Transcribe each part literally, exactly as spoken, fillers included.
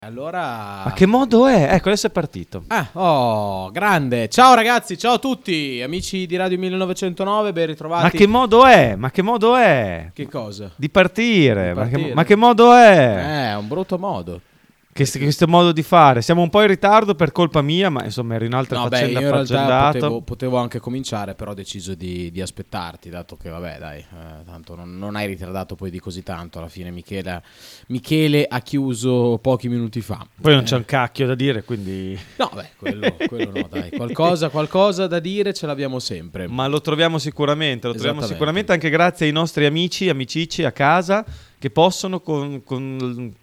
Allora... Ma che modo è? Ecco, adesso è partito. Ah, oh, grande. Ciao ragazzi, ciao a tutti, amici di Radio millenovecentonove, ben ritrovati. Ma che modo è? Ma che modo è? Che cosa? Di partire. Di Ma, che, partire? ma che modo è? Eh, è un brutto modo. Che, questo modo di fare. Siamo un po' in ritardo per colpa mia, ma insomma ero in altre No, beh, faccende io in realtà affaccendato. potevo, potevo anche cominciare, però ho deciso di, di aspettarti, dato che, vabbè, dai, eh, tanto non, non hai ritardato poi di così tanto. Alla fine Michele, Michele ha chiuso pochi minuti fa. Poi non Eh, c'è un cacchio da dire, quindi... No, beh, quello, quello no, dai. Qualcosa, qualcosa da dire ce l'abbiamo sempre. Ma lo troviamo sicuramente, lo troviamo Esattamente. sicuramente anche grazie ai nostri amici, amicici a casa che possono con... con...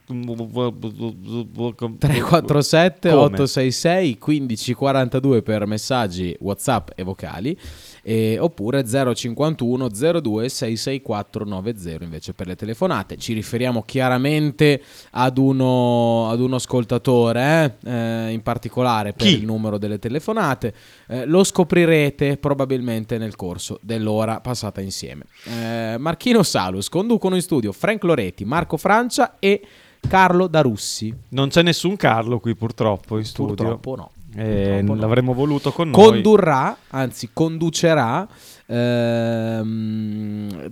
tre quattro sette Come? otto sei sei quindici quarantadue per messaggi WhatsApp e vocali, e, oppure zero cinquantuno zero due sei sei quattro nove zero invece per le telefonate. Ci riferiamo chiaramente ad uno, ad uno ascoltatore, eh? Eh, in particolare per Chi? il numero delle telefonate. Eh, lo scoprirete probabilmente nel corso dell'ora passata insieme. Eh, Marchino Salus, conducono in studio Frank Loreti, Marco Francia e Carlo Darussi. Non c'è nessun Carlo qui purtroppo in studio. Purtroppo no. Eh, Purtroppo no. L'avremmo voluto con noi. Condurrà, anzi conducerà ehm,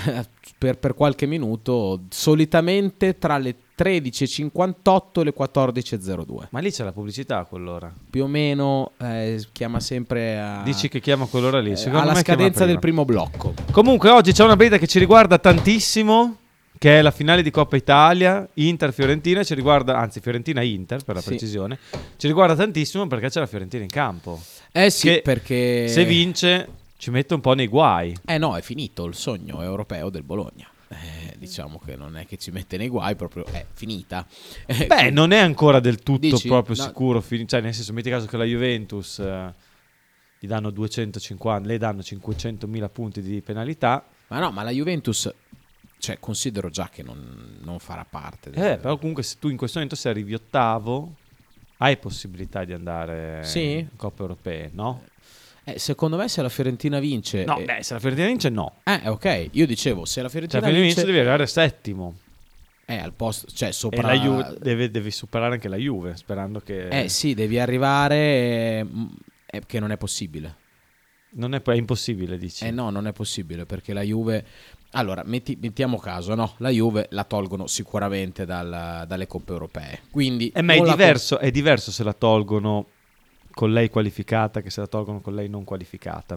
per, per qualche minuto, solitamente tra le tredici e cinquantotto e le quattordici e zero due. Ma lì c'è la pubblicità a quell'ora. Più o meno eh, chiama sempre a, Dici che chiama a quell'ora lì. eh, Secondo alla me chiama scadenza del prima. primo blocco. Comunque oggi c'è una partita che ci riguarda tantissimo, che è la finale di Coppa Italia, Inter-Fiorentina, ci riguarda, anzi Fiorentina-Inter per la Sì. precisione, ci riguarda tantissimo perché c'è la Fiorentina in campo. Eh sì, Che perché se vince ci mette un po' nei guai. Eh no, è finito il sogno europeo del Bologna. Eh, diciamo che non è che ci mette nei guai, proprio è finita. Eh, Beh, quindi- non è ancora del tutto Dici? proprio No. sicuro, fin- cioè nel senso, metti caso che la Juventus eh, gli danno duecentocinquanta, le danno cinquecentomila punti di penalità. Ma no, ma la Juventus, cioè, considero già che non, non farà parte. del- Eh, però comunque se tu in questo momento se arrivi ottavo, hai possibilità di andare Sì? in Coppa Europee, no? Eh, secondo me se la Fiorentina vince... No, eh, beh, se la Fiorentina vince no. eh, ok, io dicevo, se la Se la Fiorentina Fiorentina vince vince... devi arrivare settimo. Eh, al posto, cioè, E sopra... la Juve deve, devi superare anche la Juve, sperando che... Eh sì, devi arrivare... eh, mm, eh, che non è possibile. Non è, poi- è impossibile, dici. Eh no, non è possibile, perché la Juve... Allora, metti- mettiamo caso, no? La Juve la tolgono sicuramente dal- dalle coppe europee. Quindi... Eh, ma è non la diverso, è diverso se la tolgono con lei qualificata che se la tolgono con lei non qualificata.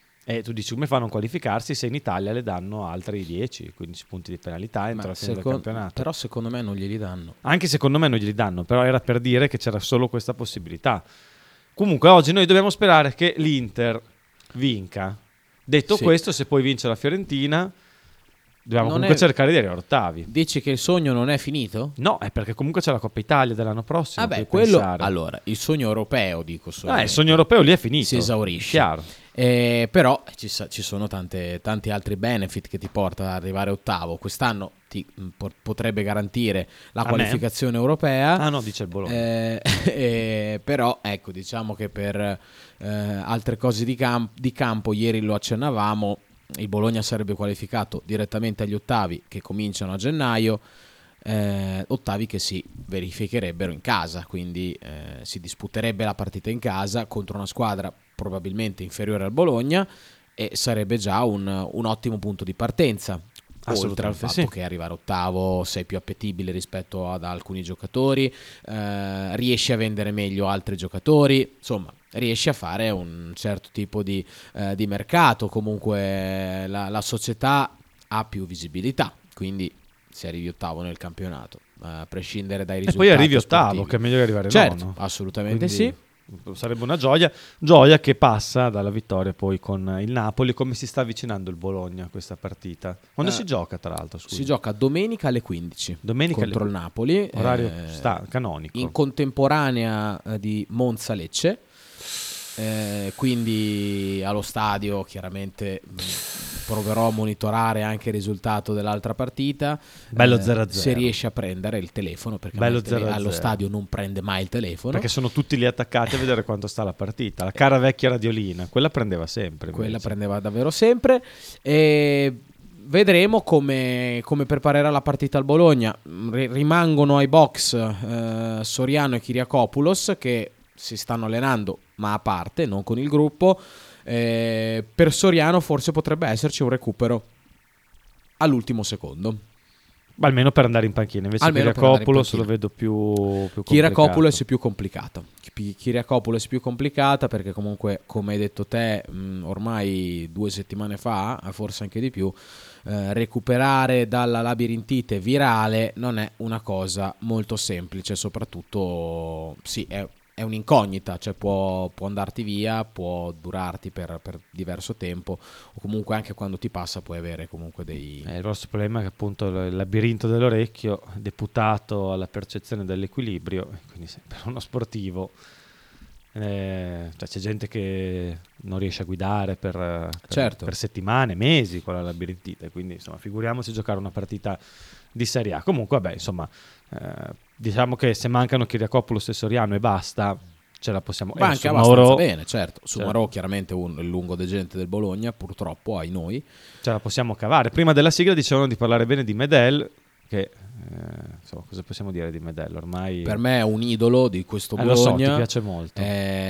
E tu dici come fa a non qualificarsi se in Italia le danno altri dieci quindici punti di penalità Ma entro la fine del secon- campionato. Però secondo me non glieli danno. Anche secondo me non glieli danno, però era per dire che c'era solo questa possibilità. Comunque oggi noi dobbiamo sperare che l'Inter vinca. Detto Sì. questo, se poi vince la Fiorentina, dobbiamo Non comunque è- cercare di arrivare ottavi. Dici che il sogno non è finito? No, è perché comunque c'è la Coppa Italia dell'anno prossimo. Vabbè, puoi quello... pensare. Allora, il sogno europeo, dico solo. Ah, il sogno europeo lì è finito. Si esaurisce. Chiaro. Eh, però ci, sa- ci sono tante- tanti altri benefit che ti portano ad arrivare ottavo. Quest'anno ti mh, po- potrebbe garantire la A me? qualificazione europea. Ah no, dice il Bologna. Eh, eh, però ecco, diciamo che per eh, altre cose di, cam- di campo, ieri lo accennavamo, il Bologna sarebbe qualificato direttamente agli ottavi che cominciano a gennaio, eh, ottavi che si verificherebbero in casa, quindi eh, si disputerebbe la partita in casa contro una squadra probabilmente inferiore al Bologna, e sarebbe già un, un ottimo punto di partenza. Oltre al Assolutamente fatto sì. che arrivare ottavo sei più appetibile rispetto ad alcuni giocatori, eh, riesci a vendere meglio altri giocatori, insomma riesci a fare un certo tipo di, eh, di mercato. Comunque la, la società ha più visibilità, quindi se arrivi ottavo nel campionato, a prescindere dai E risultati poi arrivi ottavo, sportivi. che è meglio che arrivare Certo, nono. assolutamente Quindi sì. sarebbe una gioia, gioia che passa dalla vittoria poi con il Napoli. Come si sta avvicinando il Bologna a questa partita? Quando Eh, si gioca, tra l'altro? Scusi. Si gioca domenica alle quindici Domenica contro alle- il Napoli, Orario eh, sta- canonico. in contemporanea eh, di Monza-Lecce. Eh, quindi allo stadio chiaramente mh, proverò a monitorare anche il risultato dell'altra partita. Bello Eh, zero a zero. se riesce a prendere il telefono, perché a me Bello il tele- zero a allo zero. stadio non prende mai il telefono. Perché sono tutti lì attaccati a vedere quanto sta la partita. La cara vecchia radiolina, quella prendeva sempre. Quella invece. prendeva davvero sempre. E vedremo come, come preparerà la partita al Bologna. R- rimangono ai box eh, Soriano e Kyriakopoulos, che si stanno allenando ma a parte, non con il gruppo. Eh, per Soriano forse potrebbe esserci un recupero all'ultimo secondo, ma almeno per andare in panchina. Invece Kyriakopoulos lo vedo più, più complicato. Kyriakopoulos è più complicato. Kyriakopoulos è più complicata perché comunque, come hai detto te, mh, ormai due settimane fa, forse anche di più, eh, recuperare dalla labirintite virale non è una cosa molto semplice. Soprattutto, sì, è È un'incognita, cioè può, può andarti via, può durarti per, per diverso tempo, o comunque anche quando ti passa puoi avere comunque dei... Eh, il grosso problema è che appunto il labirinto dell'orecchio è deputato alla percezione dell'equilibrio, quindi per uno sportivo eh, cioè c'è gente che non riesce a guidare per, per, certo. per settimane, mesi con la labirintite, quindi insomma figuriamoci giocare una partita di Serie A. Comunque vabbè, insomma, eh, diciamo che se mancano Kyriakopoulos e Soriano e basta, ce la possiamo... Ma eh, anche Sumarò, abbastanza bene, certo. Sumarò certo. chiaramente un, il lungo degente del Bologna, purtroppo, ai noi. Ce la possiamo cavare. Prima della sigla dicevano di parlare bene di Medel, che eh, insomma, cosa possiamo dire di Medel? Ormai per me è un idolo di questo eh, Bologna. Lo so, ti piace molto.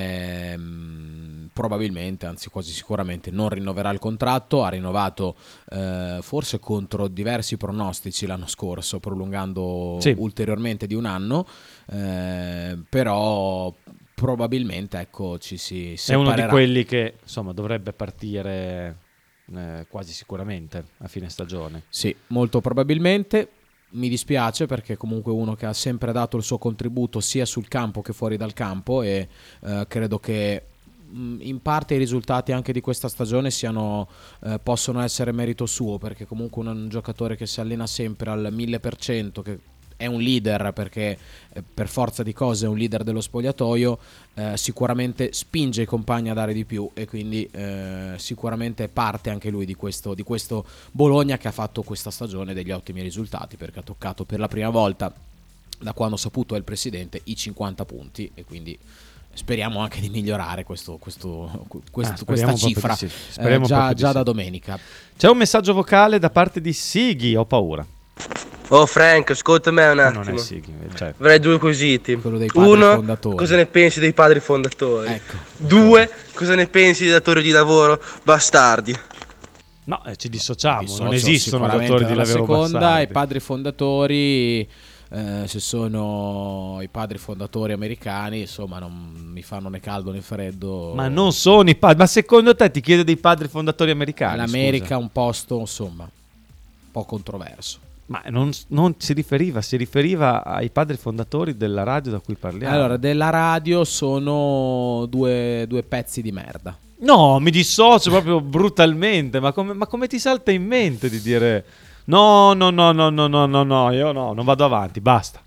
Ehm, probabilmente, anzi quasi sicuramente, non rinnoverà il contratto. Ha rinnovato eh, forse contro diversi pronostici l'anno scorso, prolungando sì. ulteriormente di un anno. Eh, però probabilmente, ecco, ci si separerà. È uno di quelli che insomma dovrebbe partire eh, quasi sicuramente a fine stagione. Sì, molto probabilmente. Mi dispiace perché comunque uno che ha sempre dato il suo contributo sia sul campo che fuori dal campo, e eh, credo che mh, in parte i risultati anche di questa stagione siano eh, possono essere merito suo, perché comunque un, un giocatore che si allena sempre al mille per cento, che è un leader perché eh, per forza di cose è un leader dello spogliatoio, eh, sicuramente spinge i compagni a dare di più, e quindi eh, sicuramente è parte anche lui di questo, di questo Bologna, che ha fatto questa stagione degli ottimi risultati, perché ha toccato per la prima volta da quando ho saputo è il presidente i cinquanta punti, e quindi speriamo anche di migliorare questo, questo, questo, ah, questa cifra sì. eh, già, già sì. da domenica. C'è un messaggio vocale da parte di Sighi, ho paura. Oh Frank, ascolta me un attimo. Non è Sighi, cioè. Avrei due quesiti. Quello dei padri Uno, fondatori. cosa ne pensi dei padri fondatori? Ecco. Due, cosa ne pensi dei datori di lavoro bastardi? No, eh, ci dissociamo, Mi non dissocio esistono sicuramente datori di dalla lavoro seconda. bastardi. I padri fondatori, eh, se sono i padri fondatori americani, insomma non mi fanno né caldo né freddo. Ma non sono i padri, ma secondo te ti chiede dei padri fondatori americani? L'America è scusa. un posto, insomma, un po' controverso. Ma non, non si riferiva, si riferiva ai padri fondatori della radio da cui parliamo. Allora, della radio sono due, due pezzi di merda. No, mi dissocio proprio brutalmente, ma come, ma come ti salta in mente di dire no, no, no, no, no, no, no, no, io no, non vado avanti, basta.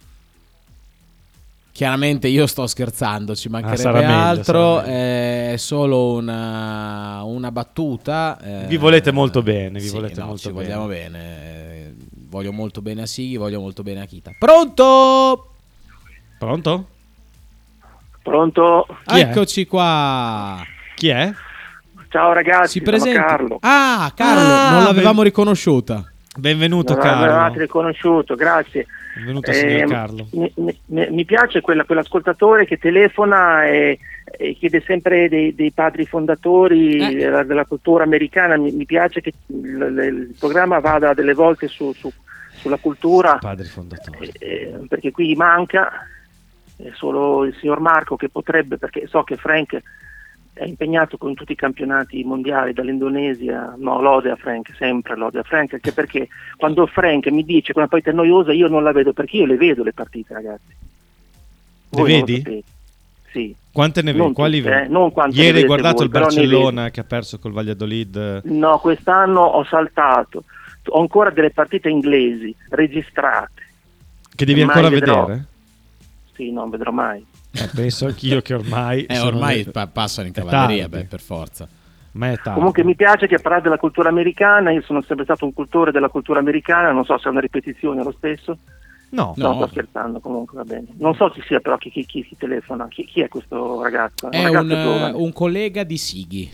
Chiaramente io sto scherzando, ci mancherebbe sarà meglio, altro, sarà meglio. è solo una, una battuta. eh, Vi volete molto bene, vi sì, volete no, molto ci bene. vogliamo bene, eh, voglio molto bene a Sighi, voglio molto bene a Kita. Pronto? Pronto? Pronto? Chi è? Eccoci qua. Chi è? Ciao ragazzi, Si sono presenti. Carlo. Ah, Carlo, Ah, non l'avevamo ben- riconosciuta. Benvenuto Non Carlo. avevate riconosciuto, grazie. Benvenuto signor Eh, Carlo. Mi, mi- mi piace quella, quell'ascoltatore che telefona e, e chiede sempre dei, dei padri fondatori Eh. della, della cultura americana. Mi, mi piace che il, il programma vada delle volte su, su- sulla cultura, Padri fondatori. eh, perché qui manca. È solo il signor Marco che potrebbe, perché so che Frank è impegnato con tutti i campionati mondiali, dall'Indonesia. No, lode a Frank, sempre lode a Frank, anche perché quando Frank mi dice che una partita è noiosa io non la vedo, perché io le vedo le partite, ragazzi. Le Voi non lo vedi? sapete. Sì. Quante ne vedi? Non Quali tutte, vedi? eh, non quante ne Ieri hai vedete guardato voi, il però ne Barcellona che ha perso col Valladolid. No, quest'anno ho saltato. Ho ancora delle partite inglesi registrate. Che devi Mai ancora vedrò. vedere? Sì, non vedrò mai. Eh, penso anch'io che ormai Eh, sono- ormai pa- passano in è cavalleria, tardi. beh, per forza. Ma è tardi. Comunque mi piace che parlare della cultura americana, io sono sempre stato un cultore della cultura americana, non so se è una ripetizione lo stesso. No, No. No, sto scherzando, comunque va bene. Non so chi sia però chi, chi, chi, chi telefona, chi, chi è questo ragazzo? È ragazzo un, giovane. un collega di Sighi.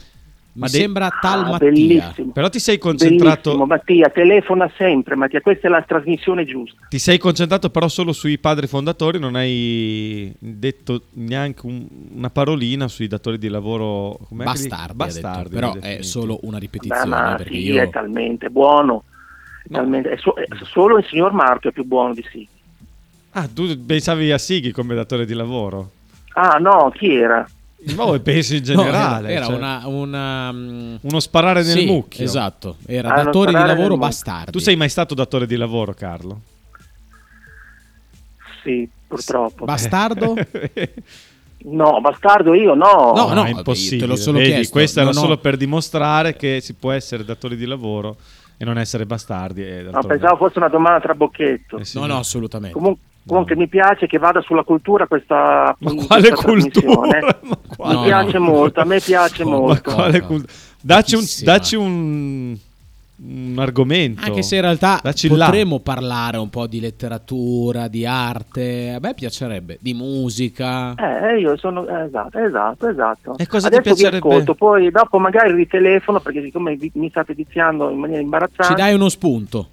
Mi dei- sembra tal Ah, Mattia. bellissimo. Però ti sei concentrato Bellissimo, Mattia, telefona sempre, Mattia, questa è la trasmissione giusta. Ti sei concentrato però solo sui padri fondatori, non hai detto neanche un- una parolina sui datori di lavoro com'è che li- Bastardi, ha detto, bastardi, però li è definiti. solo una Beh, ripetizione. ma perché sì, io... è talmente buono, è No. talmente- è so- è solo il signor Marco è più buono di sì. Ah, tu pensavi a Sighi come datore di lavoro? Ah no, chi era? Ma pensi in No, generale? era, era cioè, una, una mm, uno sparare nel sì, mucchio. esatto, era Ah, non datore di sparare nel lavoro mucchio. bastardi. Tu sei mai stato datore di lavoro, Carlo? Sì, purtroppo. bastardo? No, bastardo io no. No, no, è vabbè, impossibile. te l'ho solo Vedi, chiesto, questo era non ho- solo per dimostrare che si può essere datori di lavoro e non essere bastardi. E No, d'altronde- pensavo fosse una domanda tra bocchetto. Eh sì, No, no, assolutamente. Comun- comunque mi piace che vada sulla cultura questa, Ma questa quale trasmissione. cultura? Ma quale- No, Mi piace no. molto, a me piace Ma Ma molto. quale Poca. cult- Dacci, un, Pochissima. dacci un, un argomento. Anche se in realtà Dacci là. potremmo parlare un po' di letteratura, di arte, a me piacerebbe, di musica. Eh, io sono eh, esatto, esatto, esatto. E cosa ti Adesso vi piacerebbe? ascolto, poi dopo magari ritelefono perché siccome vi- mi state viziando in maniera Ci imbarazzante. dai uno spunto?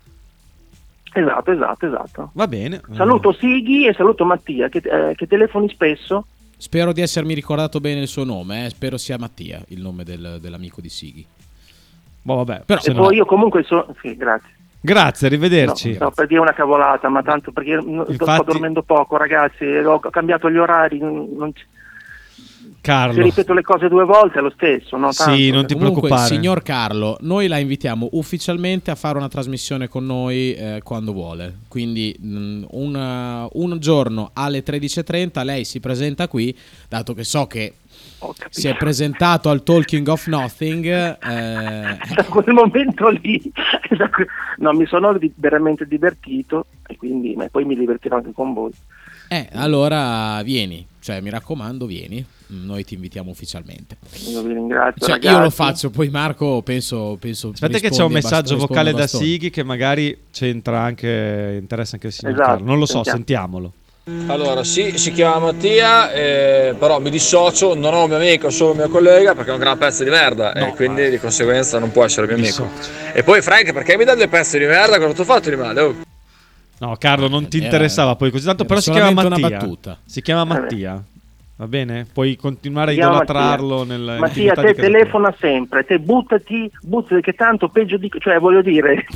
Esatto, esatto, esatto. Va bene. Saluto Sighi e saluto Mattia che, eh, che telefoni spesso. Spero di essermi ricordato bene il suo nome, eh. Spero sia Mattia, il nome del- dell'amico di Sighi. Boh, vabbè, Però- se E no- poi io comunque so- sì, grazie. Grazie, No, arrivederci. stavo per dire una cavolata, ma tanto perché no- Infatti- sto dormendo poco, ragazzi, ho cambiato gli orari, non ci- se Carlo. ripeto le cose due volte è lo stesso, no? Tanto, Sì, non ti Comunque, preoccupare. signor Carlo, noi la invitiamo ufficialmente a fare una trasmissione con noi eh, quando vuole. Quindi mh, un, un giorno alle tredici e trenta lei si presenta qui, dato che so che Ho capito. si è presentato al Talking of Nothing. eh, Da quel momento lì da que- no, mi sono di- veramente divertito e quindi ma poi mi divertirò anche con voi. eh, allora vieni, cioè mi raccomando, vieni. Noi ti invitiamo ufficialmente. Io vi ringrazio. Cioè, ragazzi. io lo faccio, poi Marco penso, penso Aspetta che c'è rispondi un a bast- messaggio risponde vocale a da bastone. Sighi che magari c'entra anche, interessa anche il signor Esatto, Carlo. Non lo so, sentiamo. sentiamolo. Allora, sì, si chiama Mattia, eh, però mi dissocio, non ho un mio amico, solo un mio collega perché è un gran pezzo di merda No, e quindi ma- di conseguenza non può essere mio Mi amico. dissocio. E poi Frank, perché mi dai due pezzi di merda? Cosa ti ho fatto di male? Oh. No, Carlo, non ti Era- interessava poi così tanto, era però si chiama solamente una Mattia. battuta. Si chiama Mattia. Va bene? Puoi continuare a Si chiama idolatrarlo Mattia. nel Mattia, te telefona sempre, te buttati, buttati che tanto peggio di... cioè voglio dire...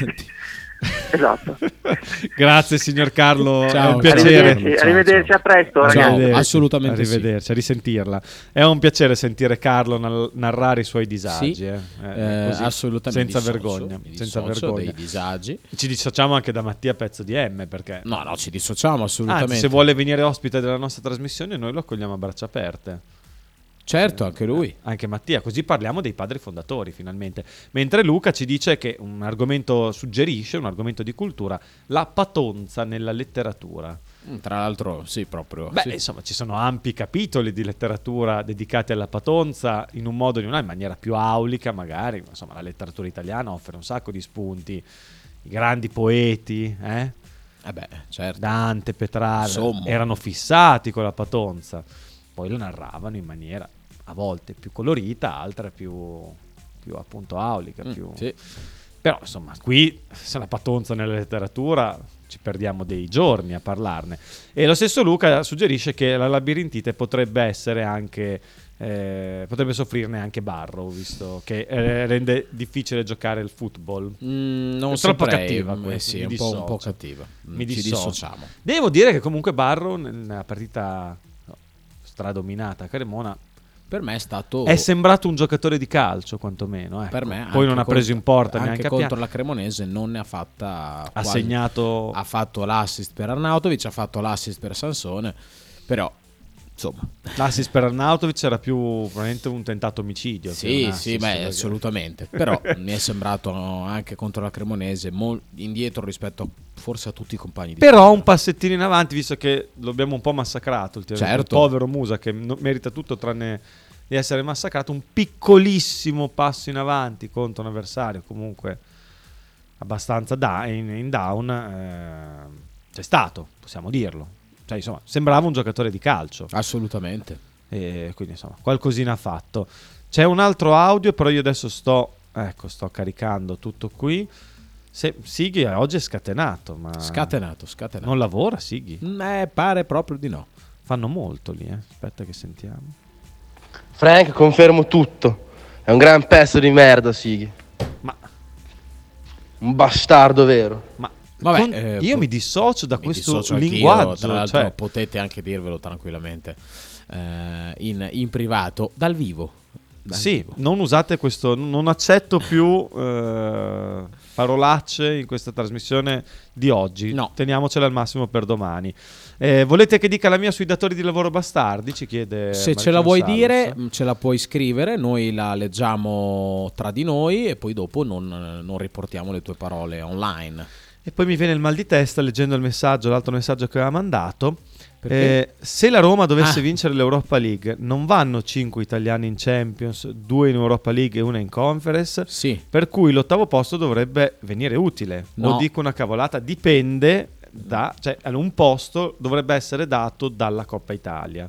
Esatto. Grazie signor Carlo, Ciao, è un piacere. Arrivederci, arrivederci, a presto, Ciao. ragazzi. Arrivederci. assolutamente sì. Arrivederci, a risentirla. È un piacere sentire Carlo nal- narrare i suoi disagi. Sì, eh. Eh, eh, così, assolutamente. senza mi dissocio, vergogna. mi Senza dissocio vergogna. dei disagi. Ci dissociamo anche da Mattia Pezzo di M perché No, no, ci dissociamo assolutamente. anzi, se vuole venire ospite della nostra trasmissione noi lo accogliamo a braccia aperte. Certo, anche lui. Anche Mattia, così parliamo dei padri fondatori finalmente. Mentre Luca ci dice che un argomento suggerisce, un argomento di cultura, la patonza nella letteratura. Mm, Tra l'altro, sì, proprio. Beh, sì. insomma, ci sono ampi capitoli di letteratura dedicati alla patonza, in un modo o in un altro, in maniera più aulica magari. Insomma, la letteratura italiana offre un sacco di spunti. I grandi poeti, eh? Eh beh, certo. Dante, Petrarca, Insomma. erano fissati con la patonza. Poi lo narravano in maniera a volte più colorita, altre più, più appunto aulica. Mm, più... sì. Però insomma, qui se la patonza nella letteratura ci perdiamo dei giorni a parlarne. E lo stesso Luca suggerisce che la labirintite potrebbe essere anche eh, potrebbe soffrirne anche Barrow, visto che eh, rende difficile giocare il football. Mm, non È troppo saprei, cattiva mm, questa, sì, mi un po', un po' dissocio. cattiva. Mm, Mi Ci dissocio. dissociamo. Devo dire che comunque Barrow nella partita no, stradominata a Cremona Per me è stato è sembrato un giocatore di calcio quantomeno, ecco. per me Poi anche non ha preso contro- in porta anche neanche a contro Pia- la Cremonese non ne ha fatta ha quasi- segnato ha fatto l'assist per Arnautovic, ha fatto l'assist per Sansone, però insomma l'assist per Arnautovic era più probabilmente un tentato omicidio che sì, un sì, assist, beh, perché- assolutamente. Però mi è sembrato anche contro la Cremonese mol- indietro rispetto a, forse a tutti i compagni di Però squadra. un passettino in avanti, visto che lo abbiamo un po' massacrato ultimamente. Certo. Il povero Musa che no- merita tutto tranne di essere massacrato, un piccolissimo passo in avanti contro un avversario comunque abbastanza da- in, in down eh, c'è stato, possiamo dirlo. Cioè, insomma, sembrava un giocatore di calcio Assolutamente. e quindi insomma qualcosina ha fatto. C'è un altro audio, però io adesso sto, ecco, sto caricando tutto qui. Se, Sighi oggi è scatenato, ma Scatenato, scatenato. non lavora Sighi? Eh, pare proprio di no. Fanno molto lì, eh. Aspetta che sentiamo. Frank, confermo tutto. È un gran pezzo di merda, Sighi. Ma, Un bastardo vero. ma Vabbè, con- eh, io po- mi dissocio da Mi questo dissocio anch'io, linguaggio. tra l'altro cioè, potete anche dirvelo tranquillamente eh, in, in privato, dal vivo. Dal sì, vivo. non usate questo, non accetto più eh, parolacce in questa trasmissione di oggi. No. Teniamocela al massimo per domani. Eh, volete che dica la mia sui datori di lavoro bastardi? Ci chiede Se ce Martino la vuoi Salus. dire, mh, ce la puoi scrivere, noi la leggiamo tra di noi e poi dopo non, non riportiamo le tue parole online. E poi mi viene il mal di testa leggendo il messaggio, l'altro messaggio che aveva mandato. Perché? Eh, se la Roma dovesse Ah. vincere l'Europa League, non vanno cinque italiani in Champions, due in Europa League e una in Conference? Sì, Per cui l'ottavo posto dovrebbe venire utile. No. O dico una cavolata, dipende da, cioè un posto dovrebbe essere dato dalla Coppa Italia.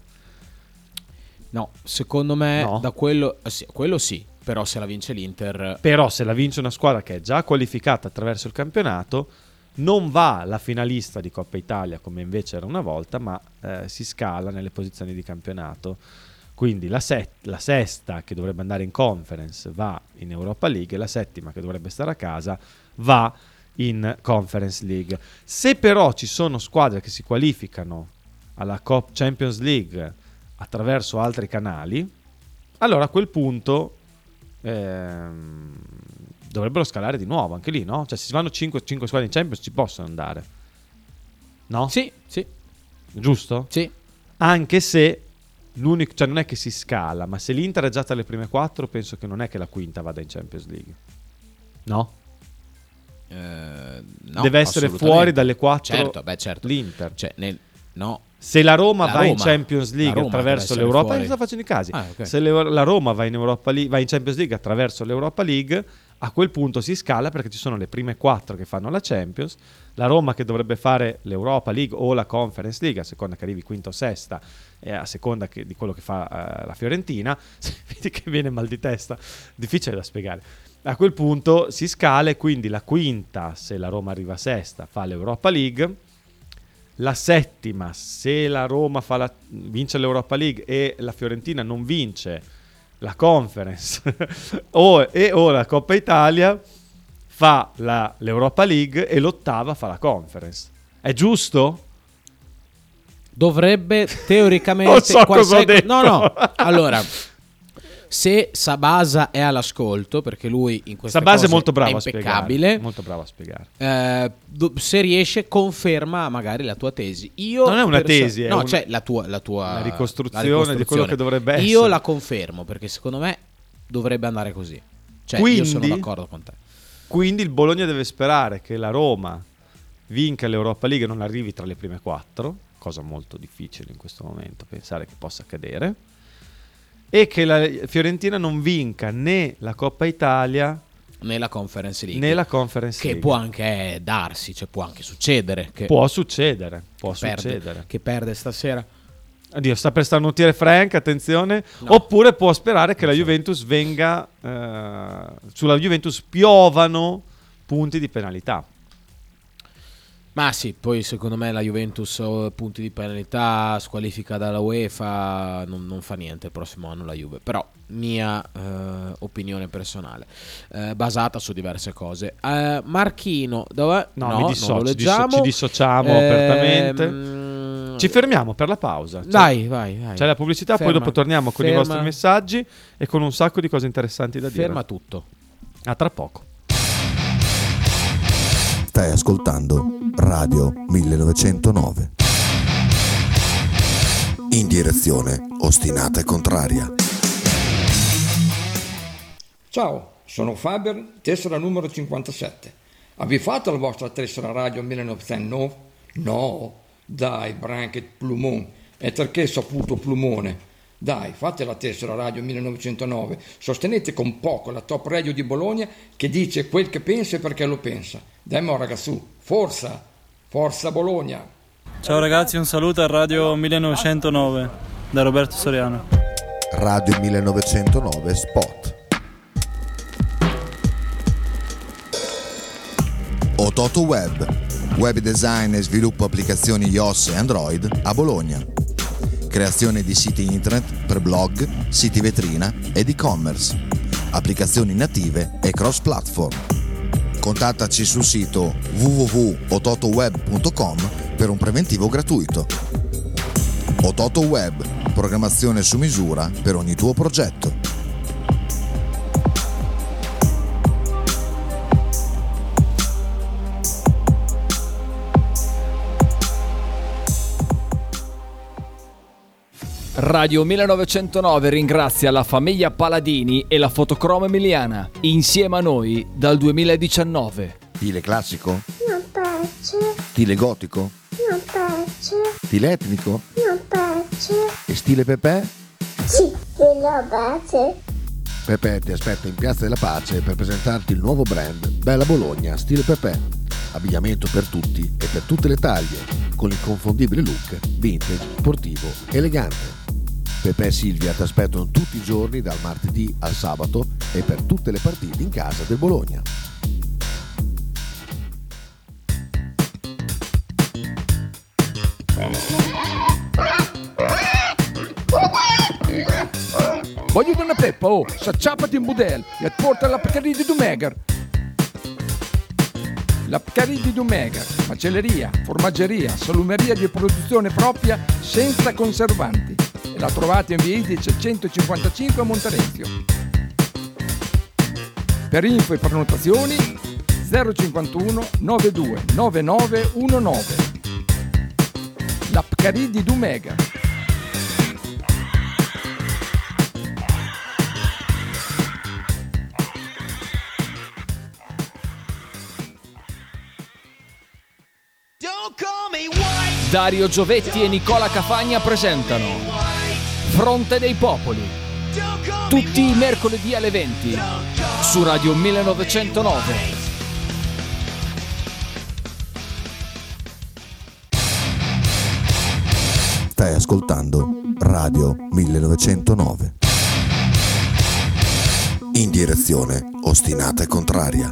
no, secondo me No? da quello, eh sì, quello sì, però se la vince l'Inter, Però se la vince una squadra che è già qualificata attraverso il campionato, non va la finalista di Coppa Italia come invece era una volta, ma eh, si scala nelle posizioni di campionato. Quindi la, set- la sesta che dovrebbe andare in Conference va in Europa League e la settima che dovrebbe stare a casa va in Conference League. Se però ci sono squadre che si qualificano alla Cop Champions League attraverso altri canali, allora a quel punto ehm, dovrebbero scalare di nuovo anche lì, no? Cioè se si vanno cinque squadre in Champions ci possono andare, no? sì, sì, Giusto? sì. Anche se l'unico, cioè non è che si scala, ma se l'Inter è già tra le prime quattro, penso che non è che la quinta vada in Champions League, no? Eh, no, Deve essere assolutamente. fuori dalle quattro Certo, beh, certo. l'Inter. Cioè, nel, no, Se la Roma La va in Roma. Champions La League Roma attraverso deve essere l'Europa, fuori. io sto facendo i casi. Ah, ok. Se le- la Roma va in, Europa League, va in Champions League attraverso l'Europa League, a quel punto si scala perché ci sono le prime quattro che fanno la Champions. La Roma che dovrebbe fare l'Europa League o la Conference League, a seconda che arrivi quinta o sesta, e a seconda che- di quello che fa eh, la Fiorentina. Vedi che viene mal di testa, difficile da spiegare. A quel punto si scala e quindi la quinta, se la Roma arriva sesta, fa l'Europa League. La settima, se la Roma fa la, vince l'Europa League e la Fiorentina non vince la Conference o, e o la Coppa Italia, fa la, l'Europa League e l'ottava fa la Conference. È giusto? dovrebbe teoricamente Non so qual- cosa ho sai co- detto. No, no. Allora, se Sabasa è all'ascolto, perché lui in questa Sabasa cose è molto bravo è a spiegare. impeccabile, Molto bravo a spiegare. eh, do- se riesce conferma magari la tua tesi. Io Non è una perso- tesi, è no, una- cioè la tua, la tua La ricostruzione la ricostruzione. di quello che dovrebbe essere. Io la confermo perché secondo me dovrebbe andare così. Cioè, io sono Quindi- d'accordo con te. Quindi il Bologna deve sperare che la Roma vinca l'Europa League e non arrivi tra le prime quattro, cosa molto difficile in questo momento pensare che possa accadere, e che la Fiorentina non vinca né la Coppa Italia Nella Conference League. né la Conference che League. può anche darsi, cioè può anche succedere che Può succedere, può perde, succedere. che perde stasera. Oddio, sta per starnutire Frank, attenzione. No. Oppure può sperare che la Juventus venga eh, sulla Juventus piovano punti di penalità. Ma sì, poi secondo me la Juventus oh, punti di penalità, squalifica dalla UEFA, non, non fa niente il prossimo anno la Juve. Però mia eh, opinione personale, eh, basata su diverse cose. Eh, Marchino, dov'è? No, no mi non dissocio, lo ci disso- leggiamo. ci dissociamo Ehm, apertamente. Ci fermiamo per la pausa. C'è- Dai, vai, vai. C'è la pubblicità, Ferma. poi dopo torniamo con i Ferma. vostri messaggi e con un sacco di cose interessanti da dire. Ferma tutto. A tra poco. Stai ascoltando Radio millenovecentonove. In direzione ostinata e contraria. Ciao, sono Faber, tessera numero cinquantasette. Avete fatto la vostra tessera radio millenovecentonove? No, dai, Branket Plumon, è perché saputo Plumone. Dai, fate la tessera radio millenovecentonove, sostenete con poco la top radio di Bologna che dice quel che pensa e perché lo pensa. Dai mo ragazzu, forza, forza Bologna. Ciao ragazzi, un saluto a Radio millenovecentonove da Roberto Soriano. Radio millenovecentonove Spot. Ototo Web, web design e sviluppo applicazioni iOS e Android a Bologna. Creazione di siti internet per blog, siti vetrina ed e-commerce, applicazioni native e cross-platform. Contattaci sul sito w w w punto ototoweb punto com per un preventivo gratuito. Ototo Web, programmazione su misura per ogni tuo progetto. Radio millenovecentonove ringrazia la famiglia Paladini e la Fotocromo Emiliana, insieme a noi dal duemiladiciannove. Stile classico? Non piace. Stile gotico? Non piace. Stile etnico? Non piace. E stile Pepe? Sì, quello piace. Pepe ti aspetta in Piazza della Pace per presentarti il nuovo brand Bella Bologna Stile Pepe. Abbigliamento per tutti e per tutte le taglie, con l'inconfondibile look vintage, sportivo, elegante. Pepe e Silvia ti aspettano tutti i giorni dal martedì al sabato e per tutte le partite in casa del Bologna. Voglio una peppa, oh, s'acciappati in budel e porta la Pcaridi di Dumegar. La Pcaridi di Dumegar, macelleria, formaggeria, salumeria di produzione propria senza conservanti. E la trovate in via Idice centocinquantacinque a Monterezio. Per info e prenotazioni zero cinquantuno novantadue novantanove diciannove. La Pcaridi di Dumegar. Dario Giovetti e Nicola Cafagna presentano Fronte dei Popoli, tutti i mercoledì alle venti su Radio millenovecentonove. Stai ascoltando Radio millenovecentonove. In direzione ostinata e contraria.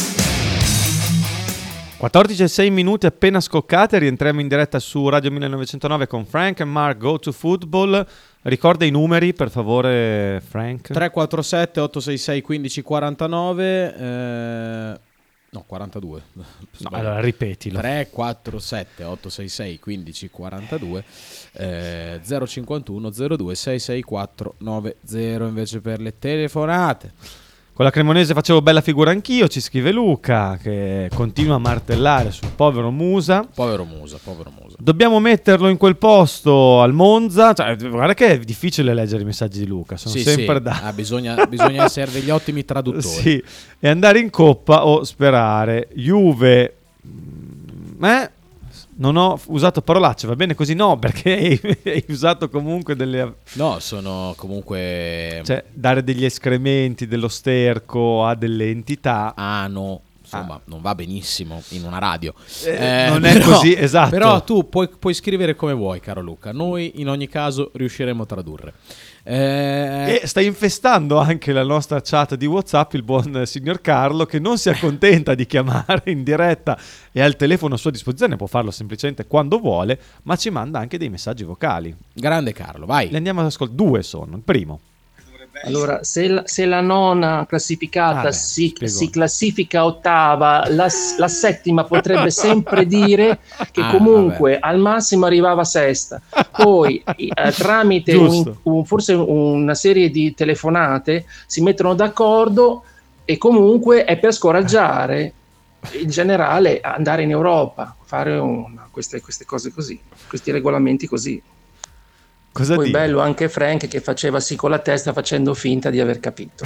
quattordici e sei minuti appena scoccate, rientriamo in diretta su Radio millenovecentonove con Frank e Mark Go to Football. Ricorda i numeri per favore, Frank. tre quattro sette otto sei sei uno cinque quattro nove eh, no quarantadue No, allora ripetilo. tre quattro sette otto sei sei uno cinque quattro due eh, zero cinquantuno zero due sei sei quattro nove zero invece per le telefonate. Con la Cremonese facevo bella figura anch'io, ci scrive Luca che continua a martellare sul povero Musa. Povero Musa, povero Musa. Dobbiamo metterlo in quel posto al Monza. Cioè, guarda che è difficile leggere i messaggi di Luca, sono sì, sempre sì. da... Ah, bisogna, bisogna essere degli ottimi traduttori. Sì, e andare in Coppa o sperare. Juve... Eh? Non ho usato parolacce, va bene così? No, perché hai usato comunque delle... No, sono comunque... Cioè, dare degli escrementi, dello sterco a delle entità... Ah, no. Insomma, ah. non va benissimo in una radio. Eh, eh, non è però, così, esatto. Però tu puoi, puoi scrivere come vuoi, caro Luca. Noi in ogni caso riusciremo a tradurre. Eh... E sta infestando anche la nostra chat di WhatsApp il buon signor Carlo, che non si accontenta di chiamare in diretta e ha il telefono a sua disposizione, può farlo semplicemente quando vuole, ma ci manda anche dei messaggi vocali. Grande Carlo, vai. Li andiamo ad ascoltare. Due sono. Il primo. Allora, se la, se la nona classificata ah, beh, si, si classifica ottava, la, la settima potrebbe sempre dire che ah, comunque vabbè. al massimo arrivava sesta. Poi eh, tramite un, un, forse una serie di telefonate si mettono d'accordo e comunque è per scoraggiare in generale andare in Europa, fare una, queste, queste cose così, questi regolamenti così. Cosa Poi dire? Bello anche Frank che faceva sì con la testa facendo finta di aver capito.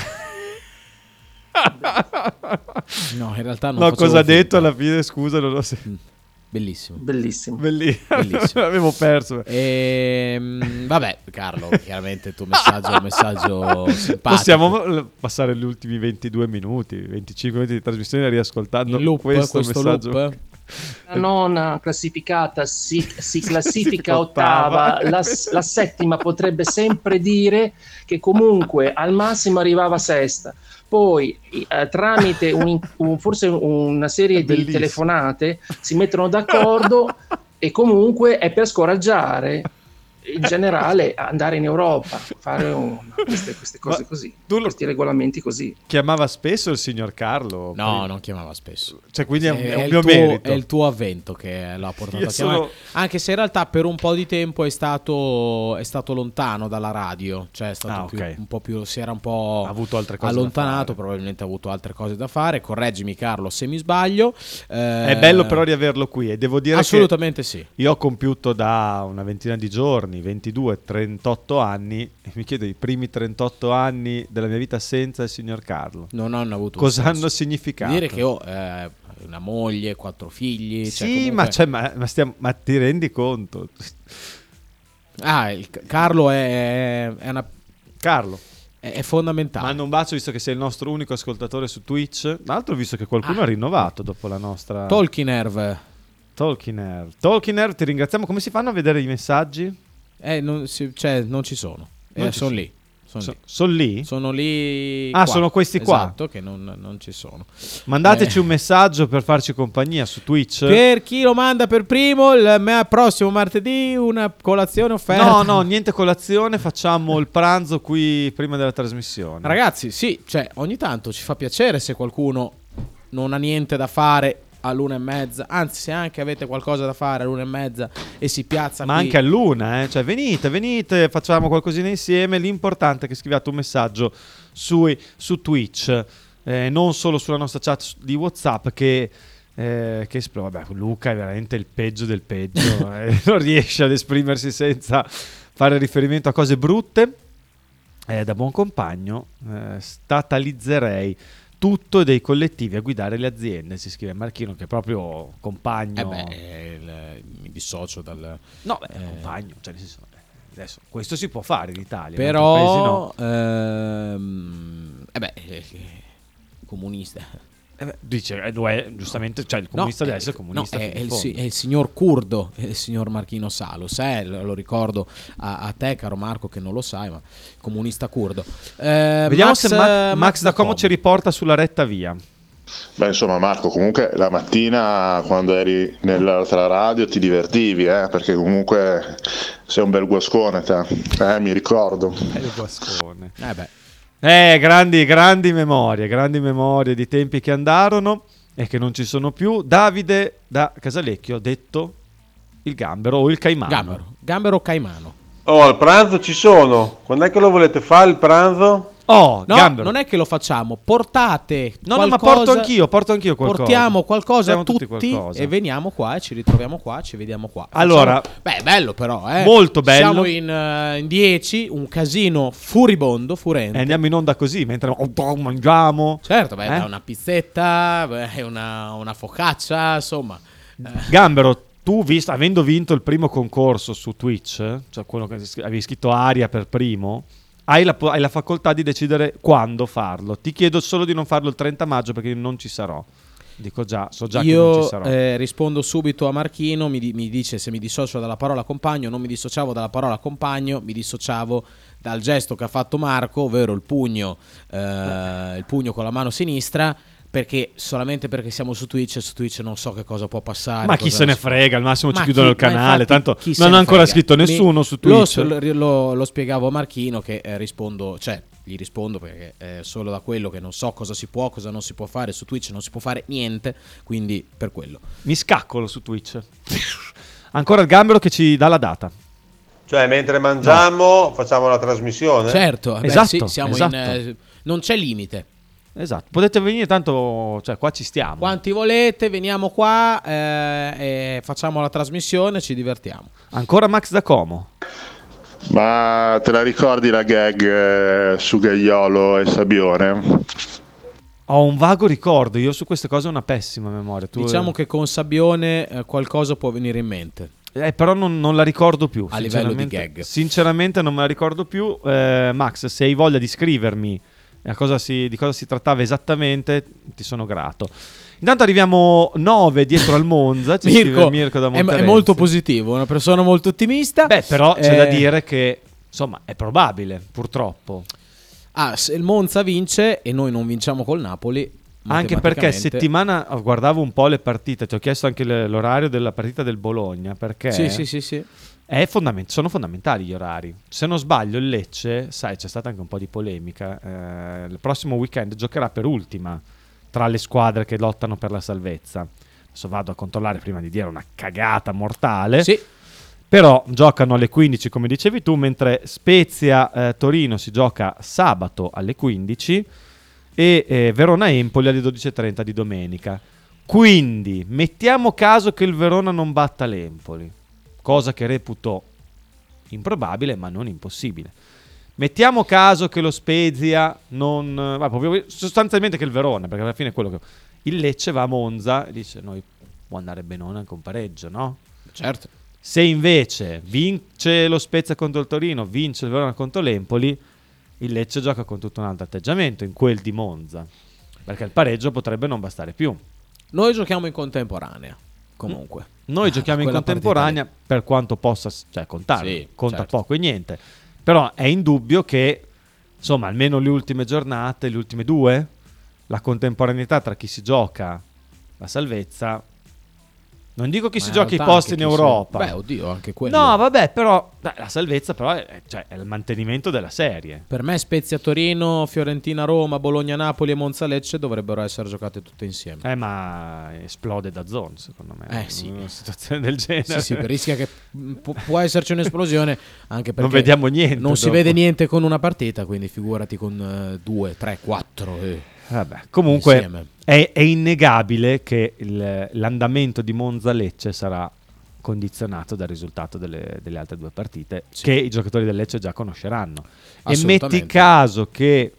No, in realtà non No, cosa ha finta. detto alla fine? Scusa, non lo so. Bellissimo. Bellissimo. Belli- Bellissimo. Avevo perso. Ehm, vabbè, Carlo, chiaramente il tuo messaggio è un messaggio simpatico. Possiamo passare gli ultimi ventidue minuti, venticinque minuti di trasmissione riascoltando in loop, questo, questo messaggio. loop. La nona classificata si, si classifica ottava, la, la settima potrebbe sempre dire che comunque al massimo arrivava sesta. Poi eh, tramite un, un, forse una serie di telefonate si mettono d'accordo e comunque è per scoraggiare in generale andare in Europa, fare un, queste, queste cose. Ma così, questi regolamenti così. Chiamava spesso il signor Carlo? No, poi... non chiamava spesso. Cioè, quindi è, un, è un è mio tuo, merito. È il tuo avvento che l'ha portato Io a chiamare. sono... Anche se in realtà per un po' di tempo è stato, è stato lontano dalla radio, cioè è stato ah, più, okay. un po' più, si era un po' ha avuto altre cose allontanato, probabilmente ha avuto altre cose da fare. Correggimi Carlo se mi sbaglio. Eh, è bello però riaverlo qui e devo dire assolutamente che sì. Io ho compiuto da una ventina di giorni, ventidue trentotto anni, e mi chiedo i primi trentotto anni della mia vita senza il signor Carlo. Non hanno avuto cosa hanno significato? Dire che ho eh, una moglie, quattro figli. Sì, cioè comunque... ma, cioè, ma, ma, stiamo, ma ti rendi conto? Ah, il Carlo è, è una... Carlo. È, è fondamentale. Mando un bacio visto che sei il nostro unico ascoltatore su Twitch. Tra l'altro visto che qualcuno ah. ha rinnovato dopo la nostra... Tolkienerv. Tolkienerv. Tolkienerv, ti ringraziamo. Come si fanno a vedere i messaggi? Eh, non, si, cioè, non ci sono. Eh, sono lì. Sono so, lì. Son lì? Sono lì. Ah, qua. sono questi qua. Esatto, che non, non ci sono. Mandateci eh. un messaggio per farci compagnia su Twitch. Per chi lo manda per primo, il me- prossimo martedì una colazione offerta. No, no, niente colazione, facciamo il pranzo qui prima della trasmissione. Ragazzi, sì, cioè, ogni tanto ci fa piacere se qualcuno non ha niente da fare all'una e mezza, anzi se anche avete qualcosa da fare all'una e mezza e si piazza ma qui. anche all'una, eh? Cioè venite, venite, facciamo qualcosina insieme. L'importante è che scriviate un messaggio su, su Twitch, eh, non solo sulla nostra chat di WhatsApp che eh, che esplode. Vabbè, Luca è veramente il peggio del peggio. eh, non riesce ad esprimersi senza fare riferimento a cose brutte. Eh, da buon compagno eh, statalizzerei tutto dei collettivi a guidare le aziende, si scrive Marchino, che è proprio compagno. Eh beh, il, mi dissocio dal... No, beh, eh, compagno, cioè nel senso, adesso questo si può fare in Italia, però no. ehm, eh beh, eh, comunista. Eh beh, dice, eh, lo è, giustamente, cioè il comunista no, deve essere comunista. No, è, è, il, è il signor Curdo, è il signor Marchino Salos, eh, lo, lo ricordo a, a te, caro Marco, che non lo sai, ma comunista curdo. Eh, Vediamo Max, se Ma- Max, Max da Como ci riporta sulla retta via. Beh, insomma, Marco, comunque la mattina quando eri nell'altra radio ti divertivi, eh, perché comunque sei un bel guascone te, eh, mi ricordo. Bel guascone. Eh beh. Eh, grandi, grandi memorie, grandi memorie di tempi che andarono e che non ci sono più. Davide da Casalecchio, detto il gambero o il caimano. Gambero, gambero o caimano. Oh, al pranzo ci sono. Quando è che lo volete fare il pranzo? Oh, no, gambero. Non è che lo facciamo, portate no, qualcosa, no, ma porto anch'io, porto anch'io qualcosa. Portiamo qualcosa a tutti, tutti qualcosa. E veniamo qua e ci ritroviamo qua, ci vediamo qua. Allora, facciamo... beh, bello però, eh. Molto bello. Siamo in, uh, in dieci, un casino furibondo, furente. E andiamo in onda così, mentre oh, mangiamo. Certo, beh, eh? una pizzetta, beh, una, una focaccia, insomma. Gambero, tu, visto, avendo vinto il primo concorso su Twitch, cioè quello che avevi scritto Aria per primo, hai la, hai la facoltà di decidere quando farlo. Ti chiedo solo di non farlo il trenta maggio perché non ci sarò. Dico già, so già Io, che non ci sarò. Io eh, rispondo subito a Marchino, mi, di, mi dice se mi dissocio dalla parola compagno. Non mi dissociavo dalla parola compagno, mi dissociavo dal gesto che ha fatto Marco, ovvero il pugno, eh, il pugno con la mano sinistra. Perché solamente perché siamo su Twitch e su Twitch non so che cosa può passare. Ma chi se ne frega, al massimo ci chiudono chi, il canale, infatti, tanto non ha ancora frega. scritto nessuno Mi, su Twitch. Lo, lo, lo spiegavo a Marchino che eh, rispondo, cioè gli rispondo perché è solo da quello che non so cosa si può, cosa non si può fare su Twitch, non si può fare niente, quindi per quello. Mi scaccolo su Twitch. Ancora il gambero che ci dà la data. Cioè mentre mangiamo no. facciamo la trasmissione? Certo, beh, esatto, sì, siamo esatto. in eh, non c'è limite. Esatto, potete venire tanto, cioè qua ci stiamo. Quanti volete, veniamo qua eh, e facciamo la trasmissione, ci divertiamo. Ancora Max da Como. Ma te la ricordi la gag eh, su Gaiolo e Sabione? Ho un vago ricordo, io su queste cose ho una pessima memoria. Tu diciamo eh... che con Sabione eh, qualcosa può venire in mente. Eh, però non, non la ricordo più. A livello di gag. Sinceramente non me la ricordo più. Eh, Max, se hai voglia di scrivermi a cosa si, di cosa si trattava esattamente, ti sono grato. Intanto arriviamo nove dietro al Monza. Ci Mirko, Mirko da è, è molto positivo, una persona molto ottimista. Beh, però c'è eh... da dire che insomma è probabile, purtroppo. Ah, se il Monza vince e noi non vinciamo col Napoli, anche perché settimana guardavo un po' le partite, ti ho chiesto anche le, l'orario della partita del Bologna, perché sì, sì, sì, sì. È fondament- sono fondamentali gli orari. Se non sbaglio il Lecce, sai, c'è stata anche un po' di polemica, eh, il prossimo weekend giocherà per ultima tra le squadre che lottano per la salvezza. Adesso vado a controllare prima di dire una cagata mortale. Sì. Però giocano alle quindici come dicevi tu, mentre Spezia eh, Torino si gioca sabato alle quindici e eh, Verona-Empoli alle dodici e trenta di domenica. Quindi mettiamo caso che il Verona non batta l'Empoli, cosa che reputo improbabile ma non impossibile. Mettiamo caso che lo Spezia non... Va, proprio, sostanzialmente che il Verona, perché alla fine è quello che... Il Lecce va a Monza e dice noi può andare benone anche un pareggio, no? Certo. Se invece vince lo Spezia contro il Torino, vince il Verona contro l'Empoli, il Lecce gioca con tutto un altro atteggiamento in quel di Monza, perché il pareggio potrebbe non bastare più. Noi giochiamo in contemporanea, comunque. Noi ah, giochiamo in contemporanea per quanto possa, cioè contare, sì, conta certo. poco e niente. Però è indubbio che, insomma, almeno le ultime giornate, le ultime due, la contemporaneità tra chi si gioca la salvezza... Non dico chi Ma si in gioca i realtà posti anche in chi si- Europa. Beh, oddio, anche quello. No, vabbè, però beh, la salvezza però è, cioè, è il mantenimento della serie. Per me Spezia Torino, Fiorentina Roma, Bologna Napoli e Monza Lecce dovrebbero essere giocate tutte insieme. Eh, ma esplode da zone, secondo me. Eh sì. Una situazione del genere. Sì, sì, rischia che pu- può esserci un'esplosione anche perché non vediamo niente. Non si dopo. vede niente con una partita, quindi figurati con uh, due, tre, quattro. Eh. Vabbè, comunque Insieme. è, è innegabile che il, l'andamento di Monza-Lecce sarà condizionato dal risultato delle, delle altre due partite, sì, che i giocatori del Lecce già conosceranno. E metti caso che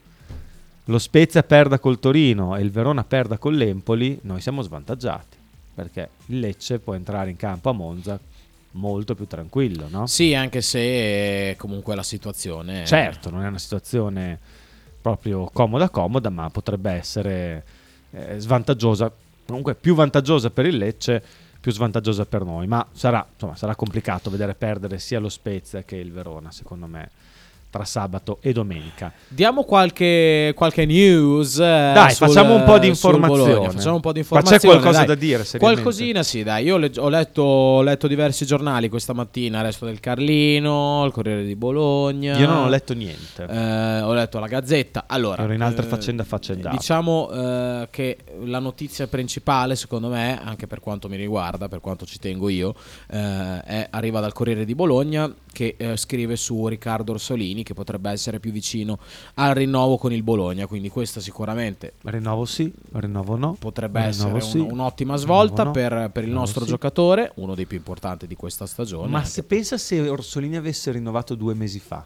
lo Spezia perda col Torino e il Verona perda con l'Empoli, noi siamo svantaggiati, perché il Lecce può entrare in campo a Monza molto più tranquillo, no? Sì, anche se comunque la situazione... Certo, non è una situazione... proprio comoda comoda, ma potrebbe essere eh, svantaggiosa, comunque più vantaggiosa per il Lecce, più svantaggiosa per noi, ma sarà, insomma, sarà complicato vedere perdere sia lo Spezia che il Verona, secondo me, tra sabato e domenica. Diamo qualche, qualche news. Eh, dai, sul, facciamo un po' di informazione. Facciamo un po' di Ma informazione. c'è qualcosa dai. da dire? Qualcosina, sì, dai. Io le- ho, letto, ho letto diversi giornali questa mattina: Resto del Carlino, il Corriere di Bologna. Io non ho letto niente. Eh, ho letto la Gazzetta. Allora, ero in altre eh, faccende affaccendate. Diciamo eh, che la notizia principale, secondo me, anche per quanto mi riguarda, per quanto ci tengo io, eh, è, arriva dal Corriere di Bologna, che eh, scrive su Riccardo Orsolini, che potrebbe essere più vicino al rinnovo con il Bologna, quindi questa sicuramente rinnovo sì, rinnovo no, potrebbe rinnovo essere sì, un, un'ottima svolta no, per, per il rinnovo nostro sì. giocatore, uno dei più importanti di questa stagione. Ma anche se pensa se Orsolini avesse rinnovato due mesi fa,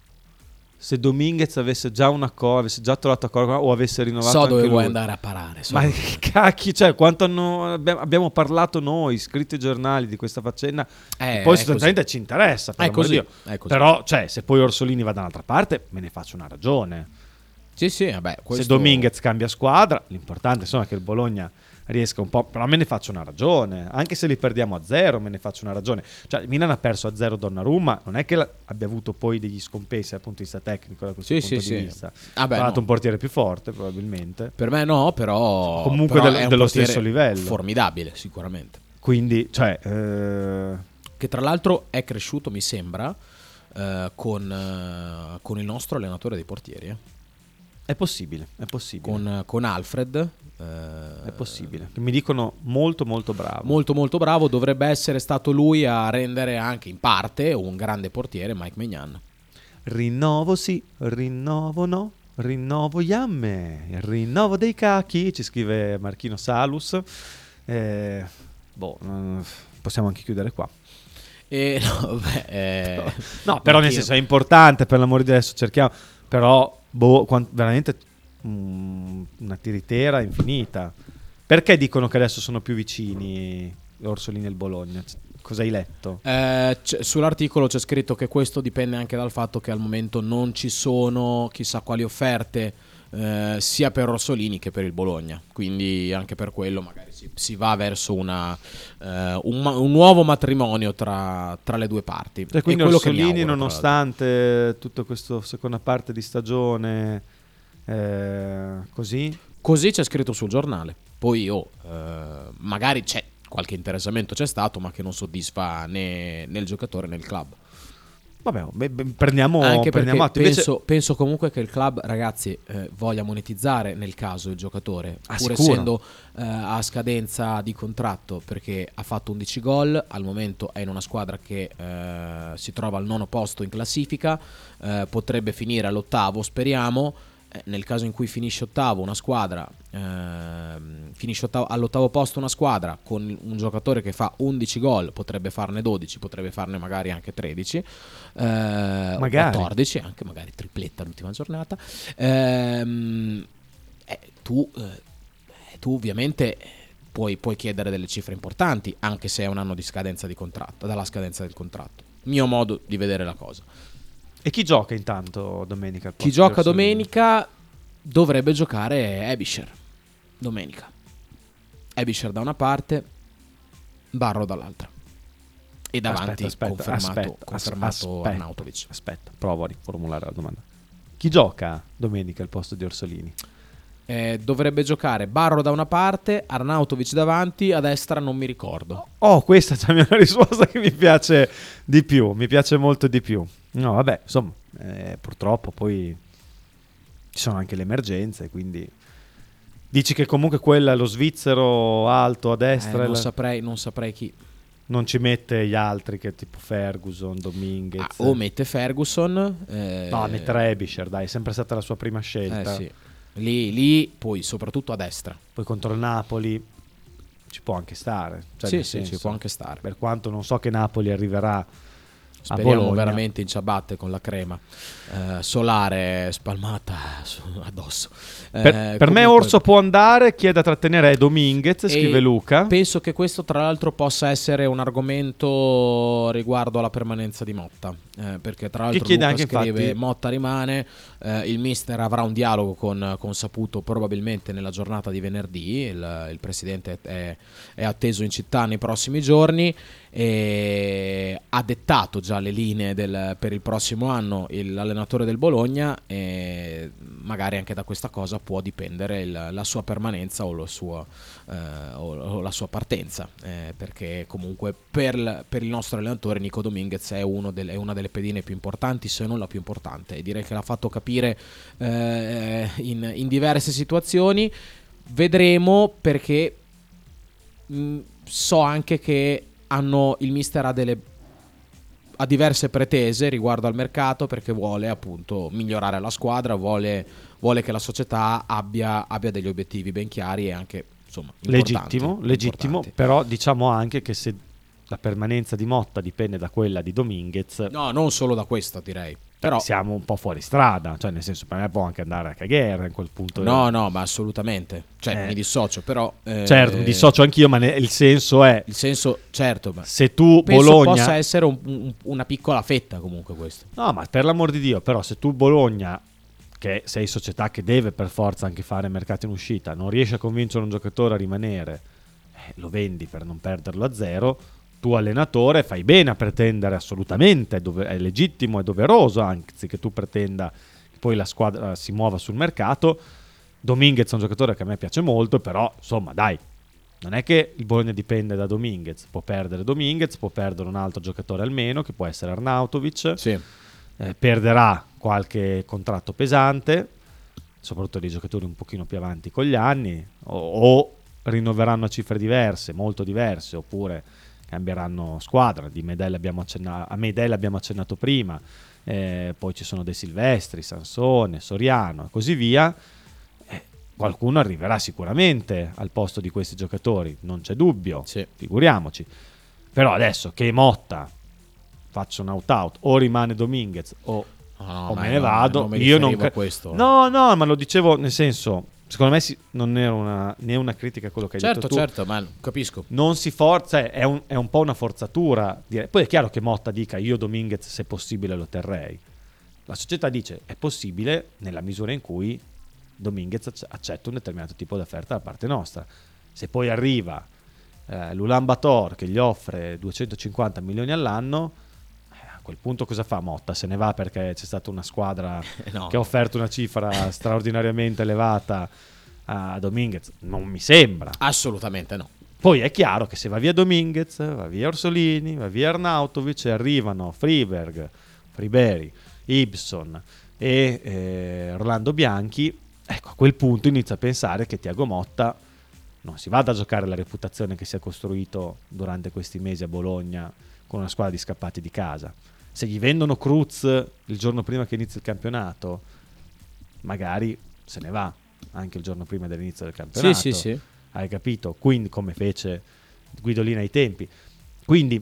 se Dominguez avesse già una cosa, avesse già trovato accordo o avesse rinnovato so anche dove lui. vuoi andare a parare, so Ma dove... che cacchio, cioè quanto hanno, abbiamo, abbiamo parlato noi, scritto i giornali di questa faccenda, eh, poi sostanzialmente ci interessa, per è amor così, di Dio. è così. Però cioè, se poi Orsolini va da un'altra parte me ne faccio una ragione. Sì, sì, vabbè, questo... Se Dominguez cambia squadra, l'importante insomma è che il Bologna riesca un po', però me ne faccio una ragione, anche se li perdiamo a zero me ne faccio una ragione. Cioè il Milan ha perso a zero Donnarumma, non è che la, abbia avuto poi degli scompensi dal punto di vista tecnico, da questo sì, punto sì, di sì. vista ah, beh, ha dato no. un portiere più forte probabilmente, per me no, però comunque però del, è un dello portiere stesso livello, formidabile sicuramente, quindi cioè eh... che tra l'altro è cresciuto, mi sembra, eh, con, eh, con il nostro allenatore dei portieri, eh. È possibile, è possibile. Con, con Alfred. Eh, è possibile. Mi dicono molto molto bravo. Molto molto bravo, dovrebbe essere stato lui a rendere anche in parte un grande portiere Mike Maignan. Rinnovo sì, rinnovo no, rinnovo Yamme, il rinnovo dei cacchi, ci scrive Marchino Salus. Eh, boh, possiamo anche chiudere qua. Eh, no, beh, eh, no, no, però nel senso è importante, per l'amore di Dio, adesso cerchiamo, però boh, quant- veramente mm, una tiritera infinita. Perché dicono che adesso sono più vicini Orsolini e il Bologna? C- cosa hai letto? Eh, c- sull'articolo c'è scritto che questo dipende anche dal fatto che al momento non ci sono chissà quali offerte eh, sia per Orsolini che per il Bologna, quindi anche per quello magari si, si va verso una, eh, un, un nuovo matrimonio tra, tra le due parti. E quindi è quello Orsolini, che mi auguro, nonostante tutta questa seconda parte di stagione, eh, così? Così c'è scritto sul giornale. Poi oh, eh, magari c'è qualche interessamento, c'è stato, ma che non soddisfa né, né il giocatore né il club. Vabbè, beh, beh, prendiamo, anche prendiamo perché atto. penso, Invece... penso comunque che il club, ragazzi, eh, voglia monetizzare nel caso il giocatore, ah, pur sicuro. essendo eh, a scadenza di contratto, perché ha fatto undici gol, al momento è in una squadra che eh, si trova al nono posto in classifica, eh, potrebbe finire all'ottavo, speriamo. Nel caso in cui finisce ottavo una squadra eh, finisce ottavo, all'ottavo posto una squadra con un giocatore che fa undici gol, potrebbe farne dodici, potrebbe farne magari anche tredici, eh, magari. quattordici, anche magari tripletta l'ultima giornata, ehm, eh, tu, eh, tu ovviamente puoi, puoi chiedere delle cifre importanti anche se è un anno di scadenza di contratto, dalla scadenza del contratto, mio modo di vedere la cosa. E chi gioca intanto domenica? Chi gioca domenica dovrebbe giocare Ebischer. Domenica. Ebischer da una parte, Barro dall'altra. E davanti aspetta, aspetta, confermato, aspetta, confermato aspetta, Arnautovic. Aspetta, provo a riformulare la domanda. Chi gioca domenica al posto di Orsolini? Eh, dovrebbe giocare Barro da una parte, Arnautovic davanti, a destra non mi ricordo. Oh, questa è una risposta che mi piace di più, mi piace molto di più. No, vabbè, insomma, eh, purtroppo poi ci sono anche le emergenze, quindi dici che comunque quella, lo svizzero alto a destra... Eh, non, la... saprei, non saprei chi. Non ci mette gli altri che tipo Ferguson, Dominguez... Ah, o mette Ferguson... Eh... No, mettere Ebischer, dai, è sempre stata la sua prima scelta. Eh sì. Lì, lì, poi soprattutto a destra. Poi contro il Napoli ci può anche stare. Cioè, sì, nel sì, senso, ci può anche stare. Per quanto non so che Napoli arriverà Speriamo a Bologna. veramente in ciabatte con la crema eh, solare spalmata su, addosso. Eh, per per comunque... me Orso può andare, chi è da trattenere è Dominguez, scrive Luca. Penso che questo tra l'altro possa essere un argomento riguardo alla permanenza di Motta, eh, perché tra l'altro chiede Luca anche, scrive infatti... Motta rimane, eh, il mister avrà un dialogo con, con Saputo probabilmente nella giornata di venerdì, il, il presidente è, è atteso in città nei prossimi giorni e ha dettato già le linee del, per il prossimo anno l'allenatore del Bologna e magari anche da questa cosa può dipendere il, la sua permanenza o, lo suo, eh, o, o la sua partenza, eh, perché comunque per, per il nostro allenatore Nico Dominguez è, uno del, è una delle pedine più importanti, se non la più importante, e direi che l'ha fatto capire eh, in, in diverse situazioni. Vedremo, perché mh, so anche che hanno, il mister ha delle ha diverse pretese riguardo al mercato, perché vuole appunto migliorare la squadra, vuole, vuole che la società abbia, abbia degli obiettivi ben chiari e anche insomma legittimo, legittimo importanti. Però diciamo anche che se la permanenza di Motta dipende da quella di Dominguez, no, non solo da questa, direi, però siamo un po' fuori strada, cioè nel senso per me può anche andare a cagare in quel punto. No, no, ma assolutamente, cioè eh. mi dissocio, però eh, certo, mi dissocio anch'io, ma ne, il senso è il senso, certo, ma se tu penso Bologna possa essere un, un, una piccola fetta comunque questo. No, ma per l'amor di Dio, però se tu Bologna, che sei società che deve per forza anche fare mercato in uscita, non riesci a convincere un giocatore a rimanere, eh, lo vendi per non perderlo a zero. Tu allenatore fai bene a pretendere, assolutamente, è, dove, è legittimo, è doveroso, anzi che tu pretenda che poi la squadra si muova sul mercato. Dominguez è un giocatore che a me piace molto, però insomma dai, non è che il Bologna dipende da Dominguez, può perdere Dominguez, può perdere un altro giocatore almeno, che può essere Arnautovic, sì. eh, perderà qualche contratto pesante, soprattutto dei giocatori un pochino più avanti con gli anni, o, o rinnoveranno a cifre diverse, molto diverse, oppure cambieranno squadra. Di Medel abbiamo accennato, a Medel abbiamo accennato prima, eh, poi ci sono De Silvestri, Sansone, Soriano e così via. Eh, qualcuno arriverà sicuramente al posto di questi giocatori, non c'è dubbio, sì. Figuriamoci. Però adesso che Motta faccia un out-out, o rimane Dominguez o, no, o me ne no, vado, non me io non ca- questo. No, no, ma lo dicevo nel senso, secondo me si, non era una, né una critica a quello che hai certo, detto tu. Certo, certo, ma capisco. Non si forza, è un, è un po' una forzatura. Dire. Poi è chiaro che Motta dica io Dominguez se possibile lo terrei. La società dice è possibile nella misura in cui Dominguez accetta un determinato tipo di offerta da parte nostra. Se poi arriva eh, l'Ulan Bator che gli offre duecentocinquanta milioni all'anno, eh, a quel punto cosa fa Motta? Se ne va perché c'è stata una squadra no. che ha offerto una cifra straordinariamente elevata a Dominguez? Non mi sembra. Assolutamente no. Poi è chiaro che se va via Dominguez, va via Orsolini, va via Arnautovic e arrivano Friberg, Ribéry, Ibson e eh, Orlando Bianchi, ecco, a quel punto inizio a pensare che Thiago Motta non si vada a giocare la reputazione che si è costruito durante questi mesi a Bologna con una squadra di scappati di casa. Se gli vendono Cruz il giorno prima che inizi il campionato, magari se ne va anche il giorno prima dell'inizio del campionato. Sì, sì, sì. Hai capito? Quindi, come fece Guidolin ai tempi. Quindi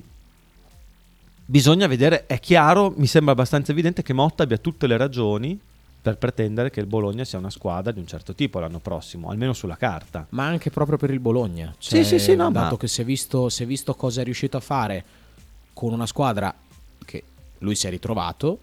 bisogna vedere, è chiaro, mi sembra abbastanza evidente che Motta abbia tutte le ragioni per pretendere che il Bologna sia una squadra di un certo tipo l'anno prossimo, almeno sulla carta. Ma anche proprio per il Bologna. Cioè, sì, sì, sì, no, dato ma... che si è visto, si è visto cosa è riuscito a fare con una squadra che lui si è ritrovato,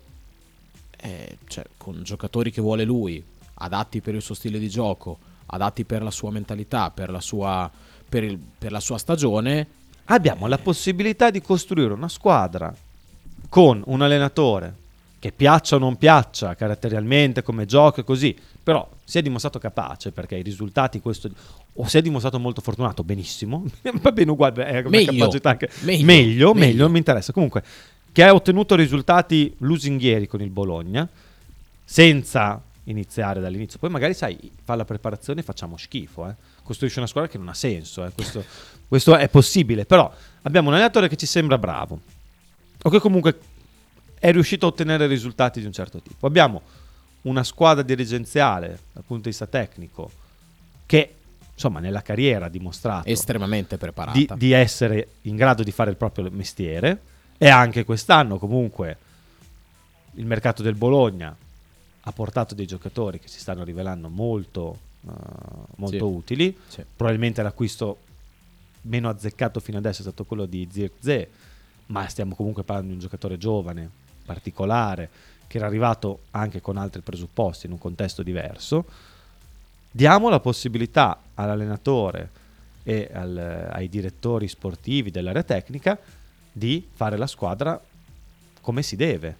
eh, cioè, con giocatori che vuole lui, adatti per il suo stile di gioco, adatti per la sua mentalità, per la sua, per il, per la sua stagione. Abbiamo eh... la possibilità di costruire una squadra con un allenatore che piaccia o non piaccia caratterialmente come gioca, così, però si è dimostrato capace, perché i risultati questo o si è dimostrato molto fortunato, benissimo, va bene uguale, è come meglio, capacità anche meglio, meglio, meglio, meglio, non mi interessa, comunque che ha ottenuto risultati lusinghieri con il Bologna senza iniziare dall'inizio. Poi magari sai, fa la preparazione e facciamo schifo, eh. Costruisce una squadra che non ha senso, eh. questo, questo è possibile, però abbiamo un allenatore che ci sembra bravo o che comunque è riuscito a ottenere risultati di un certo tipo. Abbiamo una squadra dirigenziale dal punto di vista tecnico che insomma nella carriera ha dimostrato estremamente preparata di, di essere in grado di fare il proprio mestiere, e anche quest'anno comunque il mercato del Bologna ha portato dei giocatori che si stanno rivelando molto, uh, molto sì. utili. Sì. Probabilmente l'acquisto meno azzeccato fino adesso è stato quello di Zirkzee, ma stiamo comunque parlando di un giocatore giovane, particolare, che era arrivato anche con altri presupposti in un contesto diverso. Diamo la possibilità all'allenatore e al, ai direttori sportivi dell'area tecnica di fare la squadra come si deve,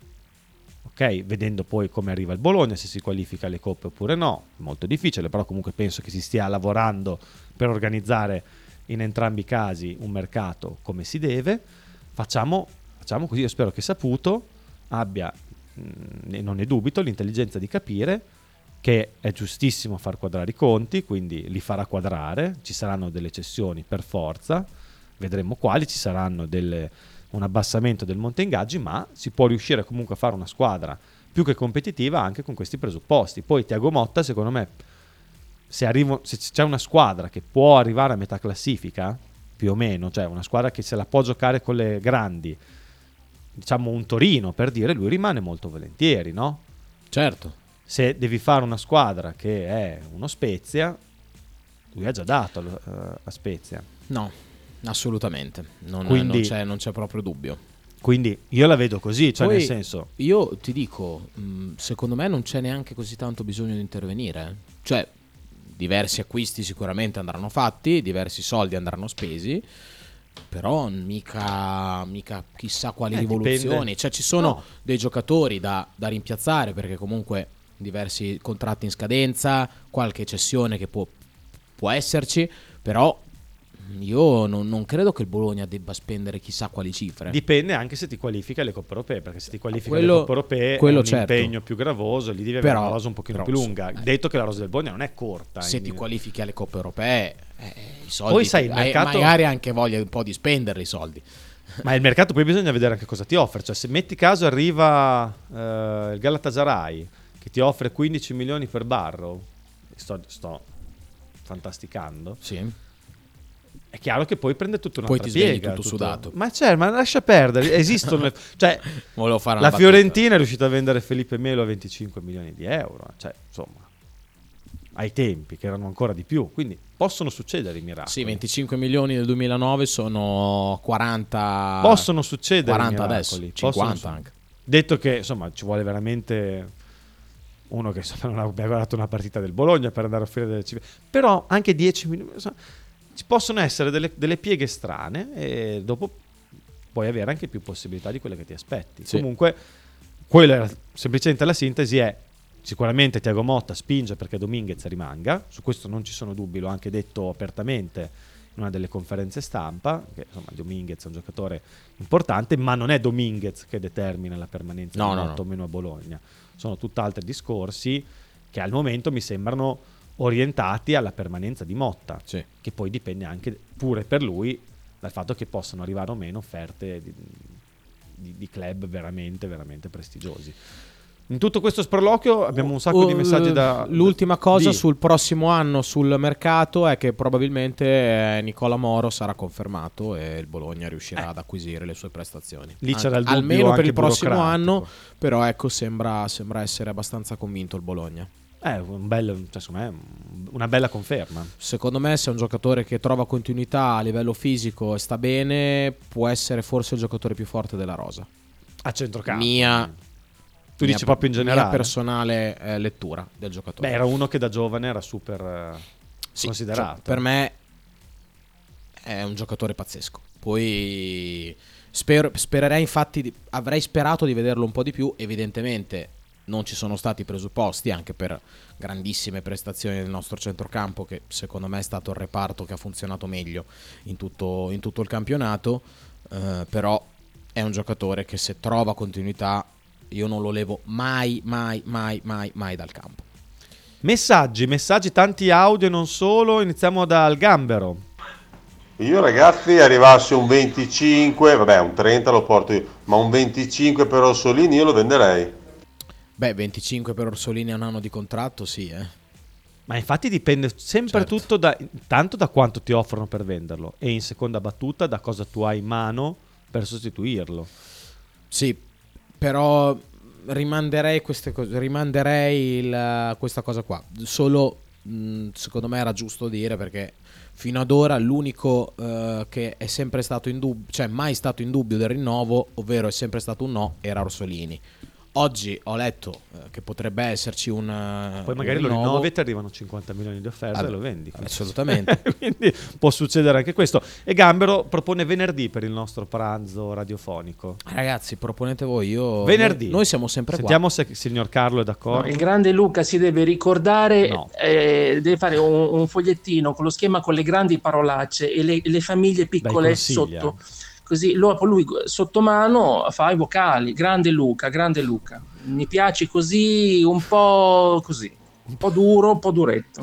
ok? Vedendo poi come arriva il Bologna, se si qualifica alle coppe oppure no, molto difficile, però comunque penso che si stia lavorando per organizzare in entrambi i casi un mercato come si deve. Facciamo, facciamo così. Io spero che Saputo abbia, mh, e non ne dubito, l'intelligenza di capire che è giustissimo far quadrare i conti, quindi li farà quadrare, ci saranno delle cessioni per forza, vedremo quali, ci saranno delle, un abbassamento del monte ingaggi, ma si può riuscire comunque a fare una squadra più che competitiva anche con questi presupposti. Poi Thiago Motta, secondo me, se, arrivo, se c'è una squadra che può arrivare a metà classifica, più o meno, cioè una squadra che se la può giocare con le grandi, diciamo un Torino per dire, lui rimane molto volentieri, no? Certo. Se devi fare una squadra che è uno Spezia, lui ha già dato uh, a Spezia. No, assolutamente, non, quindi, non, c'è, non c'è proprio dubbio. Quindi io la vedo così, cioè Poi, nel senso... Io ti dico, mh, secondo me non c'è neanche così tanto bisogno di intervenire. Cioè, diversi acquisti sicuramente andranno fatti, diversi soldi andranno spesi, però mica, mica chissà quali eh, rivoluzioni. Dipende. Cioè ci sono no. dei giocatori da, da rimpiazzare, perché comunque diversi contratti in scadenza, qualche cessione che può, può esserci, però io non, non credo che il Bologna debba spendere chissà quali cifre. Dipende anche se ti qualifica alle coppe europee, perché se ti qualifica quello, alle coppe europee è un certo. impegno più gravoso, lì devi avere però, una rosa un pochino però, più lunga. eh. Detto che la rosa del Bologna non è corta. Se in... ti qualifichi alle coppe europee, eh, i soldi, poi sai, il mercato... magari anche voglia un po' di spenderli i soldi. Ma il mercato poi bisogna vedere anche cosa ti offre. Cioè, se metti caso arriva eh, il Galatasaray che ti offre quindici milioni per Barrow, sto, sto fantasticando, sì. È chiaro che poi prende tutta un'altra poi ti piega, tutto, tutto sudato. Ma c'è, ma lascia perdere, esistono le... cioè, volevo fare la una Fiorentina è riuscita a vendere Felipe Melo a venticinque milioni di euro, cioè insomma ai tempi che erano ancora di più, quindi possono succedere i miracoli. Sì, venticinque milioni nel duemilanove sono quaranta, possono succedere quaranta i miracoli, adesso, cinquanta possono... anche. Detto che insomma ci vuole veramente uno che insomma non abbia guardato una partita del Bologna per andare a offrire delle cifre, però anche dieci minuti, insomma, ci possono essere delle, delle pieghe strane e dopo puoi avere anche più possibilità di quelle che ti aspetti. Sì. Comunque, quello era, semplicemente la sintesi è sicuramente Thiago Motta spinge perché Dominguez rimanga, su questo non ci sono dubbi, l'ho anche detto apertamente in una delle conferenze stampa, che insomma Dominguez è un giocatore importante, ma non è Dominguez che determina la permanenza no, di no, Motta no. o meno a Bologna, sono tutt'altri discorsi che al momento mi sembrano orientati alla permanenza di Motta, sì. che poi dipende anche pure per lui dal fatto che possano arrivare o meno offerte di, di, di club veramente veramente prestigiosi. In tutto questo sproloquio abbiamo un sacco uh, di messaggi da... L'ultima cosa di... sul prossimo anno sul mercato è che probabilmente Nicola Moro sarà confermato e il Bologna riuscirà eh. ad acquisire le sue prestazioni. Lì c'era il dubbio almeno per il prossimo burocratico. anno, però ecco sembra, sembra essere abbastanza convinto il Bologna. È un bel, cioè, secondo me, una bella conferma. Secondo me se è un giocatore che trova continuità a livello fisico e sta bene, può essere forse il giocatore più forte della rosa. A centrocampo. Mia... Tu dici proprio in generale? Mia personale eh, lettura del giocatore. Beh, era uno che da giovane era super eh, sì, considerato. Cioè, per me è un giocatore pazzesco. Poi spero, spererei infatti, di, avrei sperato di vederlo un po' di più. Evidentemente non ci sono stati presupposti anche per grandissime prestazioni del nostro centrocampo, che secondo me è stato il reparto che ha funzionato meglio in tutto, in tutto il campionato. Eh, però è un giocatore che se trova continuità io non lo levo mai, mai, mai, mai, mai dal campo. Messaggi, messaggi, tanti audio e non solo. Iniziamo dal Gambero. Io ragazzi arrivassi un venticinque, vabbè un trenta lo porto io, ma un venticinque per Orsolini io lo venderei. Beh, venticinque per Orsolini a un anno di contratto, sì, eh. Ma infatti dipende sempre certo. tutto da, tanto da quanto ti offrono per venderlo e in seconda battuta da cosa tu hai in mano per sostituirlo. Sì, però rimanderei queste cose, rimanderei il, questa cosa qua. Solo mh, secondo me era giusto dire, perché fino ad ora l'unico uh, che è sempre stato in dubbio, cioè mai stato in dubbio del rinnovo, ovvero è sempre stato un no, era Orsolini. Oggi ho letto uh, che potrebbe esserci un uh, poi magari un lo rinnovo. rinnovi e ti arrivano cinquanta milioni di offerte Vabbè, e lo vendi. Assolutamente. Quindi può succedere anche questo. E Gambero propone venerdì per il nostro pranzo radiofonico. Ragazzi, proponete voi, io venerdì. Noi, noi siamo sempre Sentiamo qua. se il signor Carlo è d'accordo. No, il grande Luca si deve ricordare, no. eh, deve fare un, un fogliettino con lo schema con le grandi parolacce e le, le famiglie piccole sotto. Così lui sotto mano fa i vocali. Grande Luca, grande Luca. Mi piace così, un po' così, un po' duro, un po' duretto.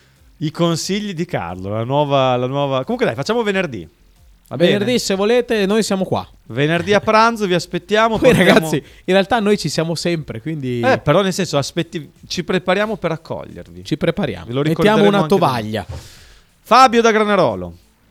I consigli di Carlo, la nuova, la nuova... Comunque dai, facciamo venerdì. Va venerdì bene? Se volete, noi siamo qua. Venerdì a pranzo vi aspettiamo. Poi portiamo... ragazzi, in realtà noi ci siamo sempre, quindi... Eh, però nel senso, aspetti... ci prepariamo per accogliervi. Ci prepariamo. Lo Mettiamo una anche tovaglia. noi. Fabio da Granarolo.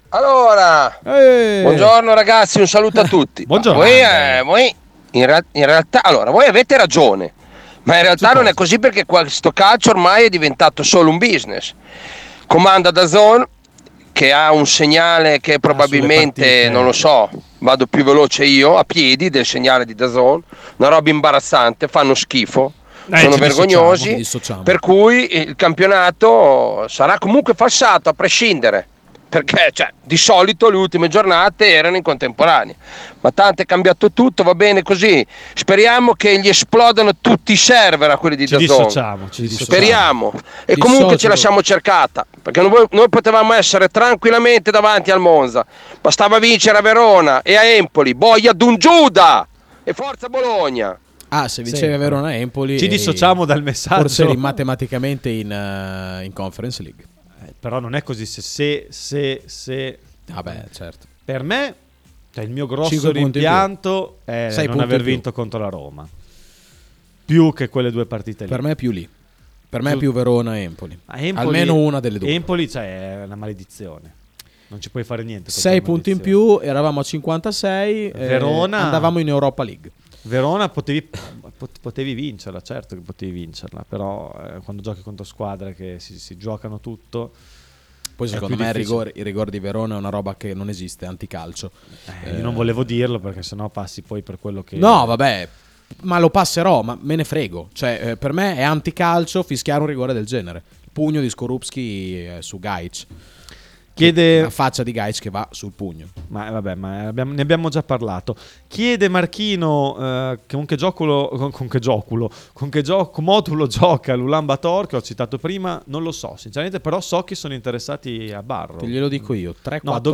Allora, Eeeh. buongiorno ragazzi, un saluto a tutti. Buongiorno. Voi, eh, voi in, ra- in realtà, allora, voi avete ragione, ma in realtà non è così, perché questo calcio ormai è diventato solo un business. Comanda DAZN, che ha un segnale che probabilmente, non lo so, vado più veloce io, a piedi del segnale di DAZN, una roba imbarazzante, fanno schifo. Eh, sono ci vergognosi, dissociamo, dissociamo. Per cui il campionato sarà comunque falsato a prescindere, perché cioè, di solito le ultime giornate erano in contemporanea, ma tanto è cambiato tutto, va bene così. Speriamo che gli esplodano tutti i server a quelli di Ci DAZN. dissociamo, ci dissociamo. Speriamo. E Dissocio. comunque ce la siamo cercata, perché noi, noi potevamo essere tranquillamente davanti al Monza, bastava vincere a Verona e a Empoli, boia d'un Giuda e forza Bologna. Ah, se vincevi a Verona e Empoli, ci dissociamo dal messaggio. Forse eri matematicamente in, uh, in Conference League. Eh, però non è così. Se, se, se, se... Vabbè, certo. Per me, cioè, il mio grosso Cinque punti rimpianto è Sei non punti aver in più. vinto contro la Roma. Più che quelle due partite lì. Per me è più lì. Per me è più Verona e Empoli. Ah, Empoli. Almeno una delle due. Empoli, cioè, è una maledizione. Non ci puoi fare niente. Sei punti in più, eravamo a cinquantasei. Verona. Eh, andavamo in Europa League. Verona potevi, potevi vincerla, certo che potevi vincerla, però eh, quando giochi contro squadre che si, si giocano tutto. Poi secondo me il rigore, il rigore di Verona è una roba che non esiste, anticalcio. Eh, eh, io non volevo dirlo perché sennò passi poi per quello che... No, vabbè. ma lo passerò, ma me ne frego. Cioè, eh, per me è anticalcio fischiare un rigore del genere. Il pugno di Skorupski eh, su Gajic. Chiede la faccia di Gajic che va sul pugno. Ma vabbè, ma abbiamo, ne abbiamo già parlato. Chiede Marchino eh, con che gioculo con, con che gioculo con che gioco modulo gioca l'Ulan Bator, che ho citato prima, non lo so sinceramente, però so che sono interessati a Barro. Te glielo dico io, tre quattro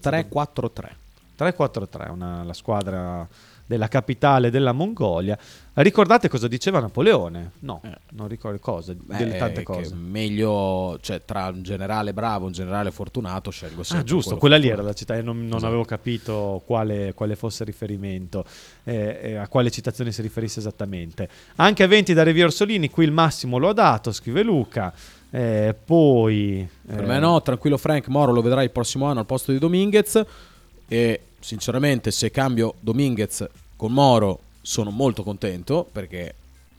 tre. tre quattro tre, una, la squadra della capitale della Mongolia. Ricordate cosa diceva Napoleone? No, eh. non ricordo cosa, delle eh, tante cose. Meglio, cioè tra un generale bravo e un generale fortunato scelgo sempre. Ah, giusto, quella lì era la città, non, non esatto. avevo capito quale, quale fosse il riferimento, eh, eh, a quale citazione si riferisse esattamente. Anche a venti da Revi Orsolini, qui il massimo lo ha dato, scrive Luca. Eh, poi per eh, me no, tranquillo Frank, Moro lo vedrai il prossimo anno al posto di Dominguez, e sinceramente se cambio Dominguez con Moro sono molto contento, perché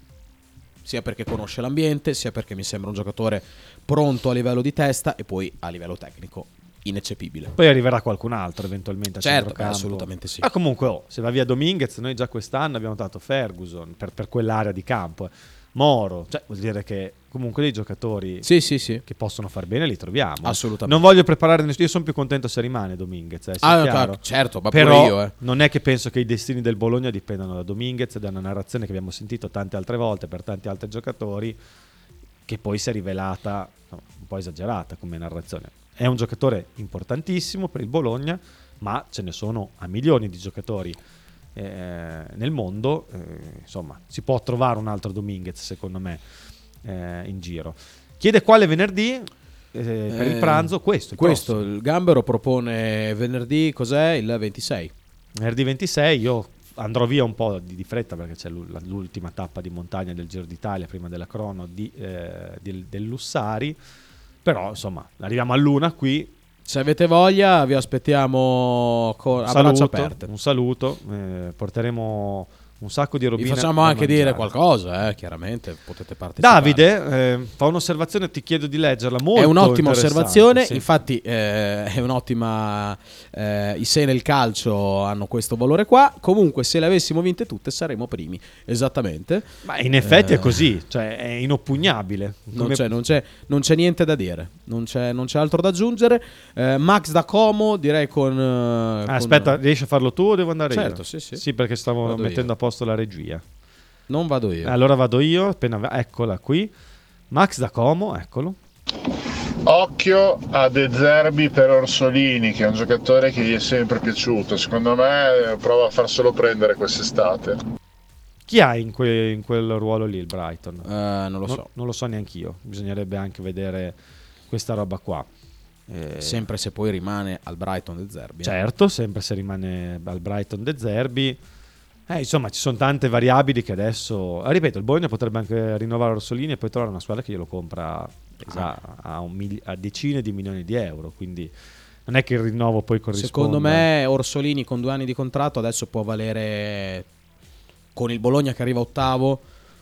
sia perché conosce l'ambiente, sia perché mi sembra un giocatore pronto a livello di testa e poi a livello tecnico ineccepibile. Poi arriverà qualcun altro eventualmente a certo, centrocampo. assolutamente sì. Ma comunque oh, se va via Dominguez, noi già quest'anno abbiamo dato Ferguson per, per quell'area di campo, eh. Moro, cioè vuol dire che comunque dei giocatori sì, sì, sì. che possono far bene li troviamo. Assolutamente. Non voglio preparare nessuno, io sono più contento se rimane Dominguez, eh, ah, chiaro. no, certo, ma però pure io, eh. non è che penso che i destini del Bologna dipendano da Dominguez e da una narrazione che abbiamo sentito tante altre volte per tanti altri giocatori, che poi si è rivelata no, un po' esagerata come narrazione. È un giocatore importantissimo per il Bologna, ma ce ne sono a milioni di giocatori eh, nel mondo, eh, insomma si può trovare un altro Dominguez secondo me eh, in giro. Chiede quale venerdì eh, per il pranzo, questo il questo prossimo. Il Gambero propone venerdì, cos'è? Il ventisei venerdì ventisei. Io andrò via un po' di, di fretta perché c'è l'ultima tappa di montagna del Giro d'Italia prima della crono di, eh, del, del Lussari, però insomma arriviamo a Luna qui. Se avete voglia vi aspettiamo con, a braccia aperte. Un saluto, eh, porteremo un sacco di robine. Vi facciamo anche mangiare. dire qualcosa, eh, chiaramente potete partecipare. Davide eh, fa un'osservazione, ti chiedo di leggerla, molto è un'ottima osservazione, sì. Infatti eh, è un'ottima eh, i sei nel calcio hanno questo valore qua. Comunque se le avessimo vinte tutte saremmo primi, esattamente. Ma in effetti eh, è così, cioè è inoppugnabile. Non c'è, non, c'è, non c'è niente da dire, non c'è, non c'è altro da aggiungere. eh, Max da Como direi con, eh, ah, con aspetta, riesci a farlo tu o devo andare certo, io? Sì, sì. Sì, perché stavo Vado mettendo io. a posto la regia. Non vado io. Allora vado io, appena, eccola qui. Max da Como, eccolo. Occhio a De Zerbi per Orsolini, che è un giocatore che gli è sempre piaciuto. Secondo me prova a farselo prendere quest'estate. Chi ha in, que, in quel ruolo lì il Brighton? Uh, non lo non, so. Non lo so neanch'io. Bisognerebbe anche vedere questa roba qua. Eh, sempre se poi rimane al Brighton De Zerbi. Certo, sempre se rimane al Brighton De Zerbi. Eh, insomma, ci sono tante variabili che adesso... Ah, ripeto, il Bologna potrebbe anche rinnovare Orsolini e poi trovare una squadra che glielo compra ah. a, un mil- a decine di milioni di euro, quindi non è che il rinnovo poi corrisponda. Secondo me Orsolini con due anni di contratto adesso può valere, con il Bologna che arriva ottavo,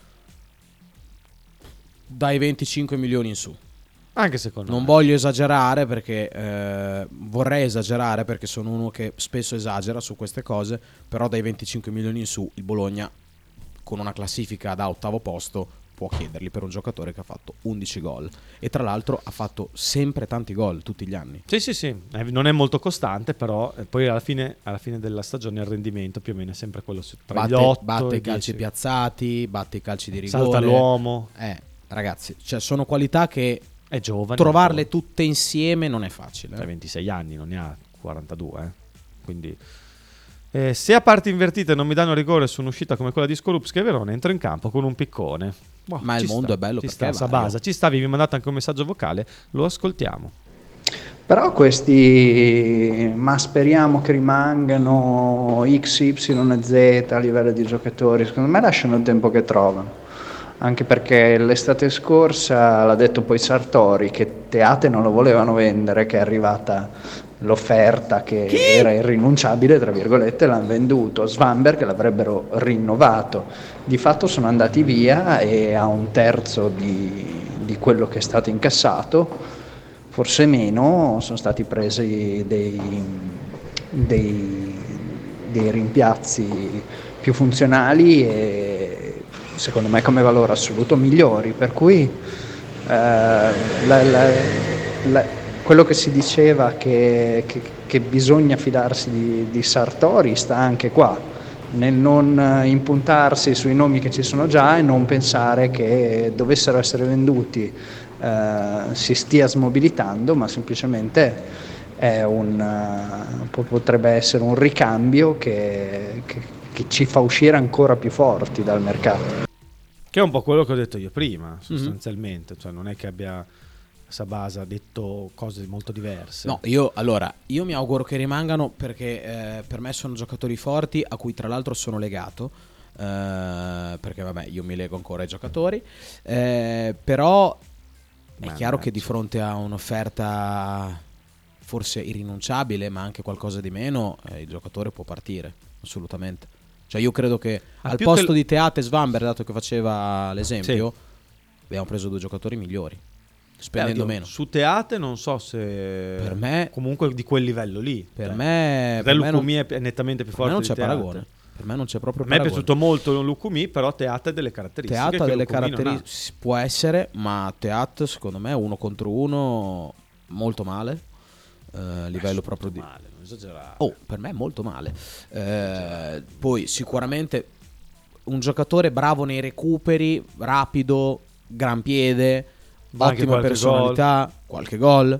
dai venticinque milioni in su. Anche secondo non me. voglio esagerare perché eh, vorrei esagerare perché sono uno che spesso esagera su queste cose, però dai venticinque milioni in su il Bologna con una classifica da ottavo posto può chiederli per un giocatore che ha fatto undici gol e tra l'altro ha fatto sempre tanti gol tutti gli anni. Sì sì sì, eh, non è molto costante, però eh, poi alla fine, alla fine della stagione il rendimento più o meno è sempre quello su, tra batte, gli otto batte e i calci dieci. piazzati, batte i calci di rigore, salta l'uomo. Eh, ragazzi, cioè sono qualità che è giovane, trovarle è tutte insieme non è facile. Ha ventisei anni, non ne ha quarantadue, eh. Quindi eh, se a parti invertite non mi danno rigore su un'uscita come quella di Skorupski e Verona, entro in campo con un piccone. Boh, ma il mondo sta, è bello ci perché sta, Sabasa, ci stavi, mi mandate anche un messaggio vocale, lo ascoltiamo. Però questi, ma speriamo che rimangano X Y Z a livello di giocatori, secondo me lasciano il tempo che trovano. Anche perché l'estate scorsa l'ha detto poi Sartori che Teate non lo volevano vendere, che è arrivata l'offerta che Chi? era irrinunciabile tra virgolette, l'hanno venduto. Svanberg l'avrebbero rinnovato, di fatto sono andati via e a un terzo di, di quello che è stato incassato, forse meno, sono stati presi dei, dei, dei rimpiazzi più funzionali e secondo me come valore assoluto migliori, per cui eh, la, la, la, quello che si diceva che, che, che bisogna fidarsi di, di Sartori sta anche qua, nel non impuntarsi sui nomi che ci sono già e non pensare che dovessero essere venduti eh, si stia smobilitando, ma semplicemente è un, potrebbe essere un ricambio che, che, che ci fa uscire ancora più forti dal mercato. Che è un po' quello che ho detto io prima, sostanzialmente, mm-hmm. cioè non è che abbia Sabasa detto cose molto diverse. No, io allora, io mi auguro che rimangano perché eh, per me sono giocatori forti a cui tra l'altro sono legato, eh, perché vabbè io mi lego ancora ai giocatori, eh, però è Ma chiaro no, che di fronte a un'offerta forse irrinunciabile ma anche qualcosa di meno, eh, il giocatore può partire, assolutamente. Cioè io credo che ah, al posto che... di Teat e Svanberg, dato che faceva l'esempio, sì. abbiamo preso due giocatori migliori, spendendo Beh, meno. Su Teate non so se per me comunque di quel livello lì. Per cioè, me per me Lucumi non, è nettamente più per forte. Me non di c'è Teate. paragone. Per me non c'è proprio a me paragone. è piaciuto molto Lucumi, però Teat ha delle caratteristiche. Teat ha delle Lucumi caratteristiche, può essere, ma Teat secondo me uno contro uno molto male. A uh, livello proprio di male, non esagerare. Oh, per me è molto male. Uh, poi sicuramente un giocatore bravo nei recuperi, rapido, gran piede, Va ottima personalità, gol. qualche gol.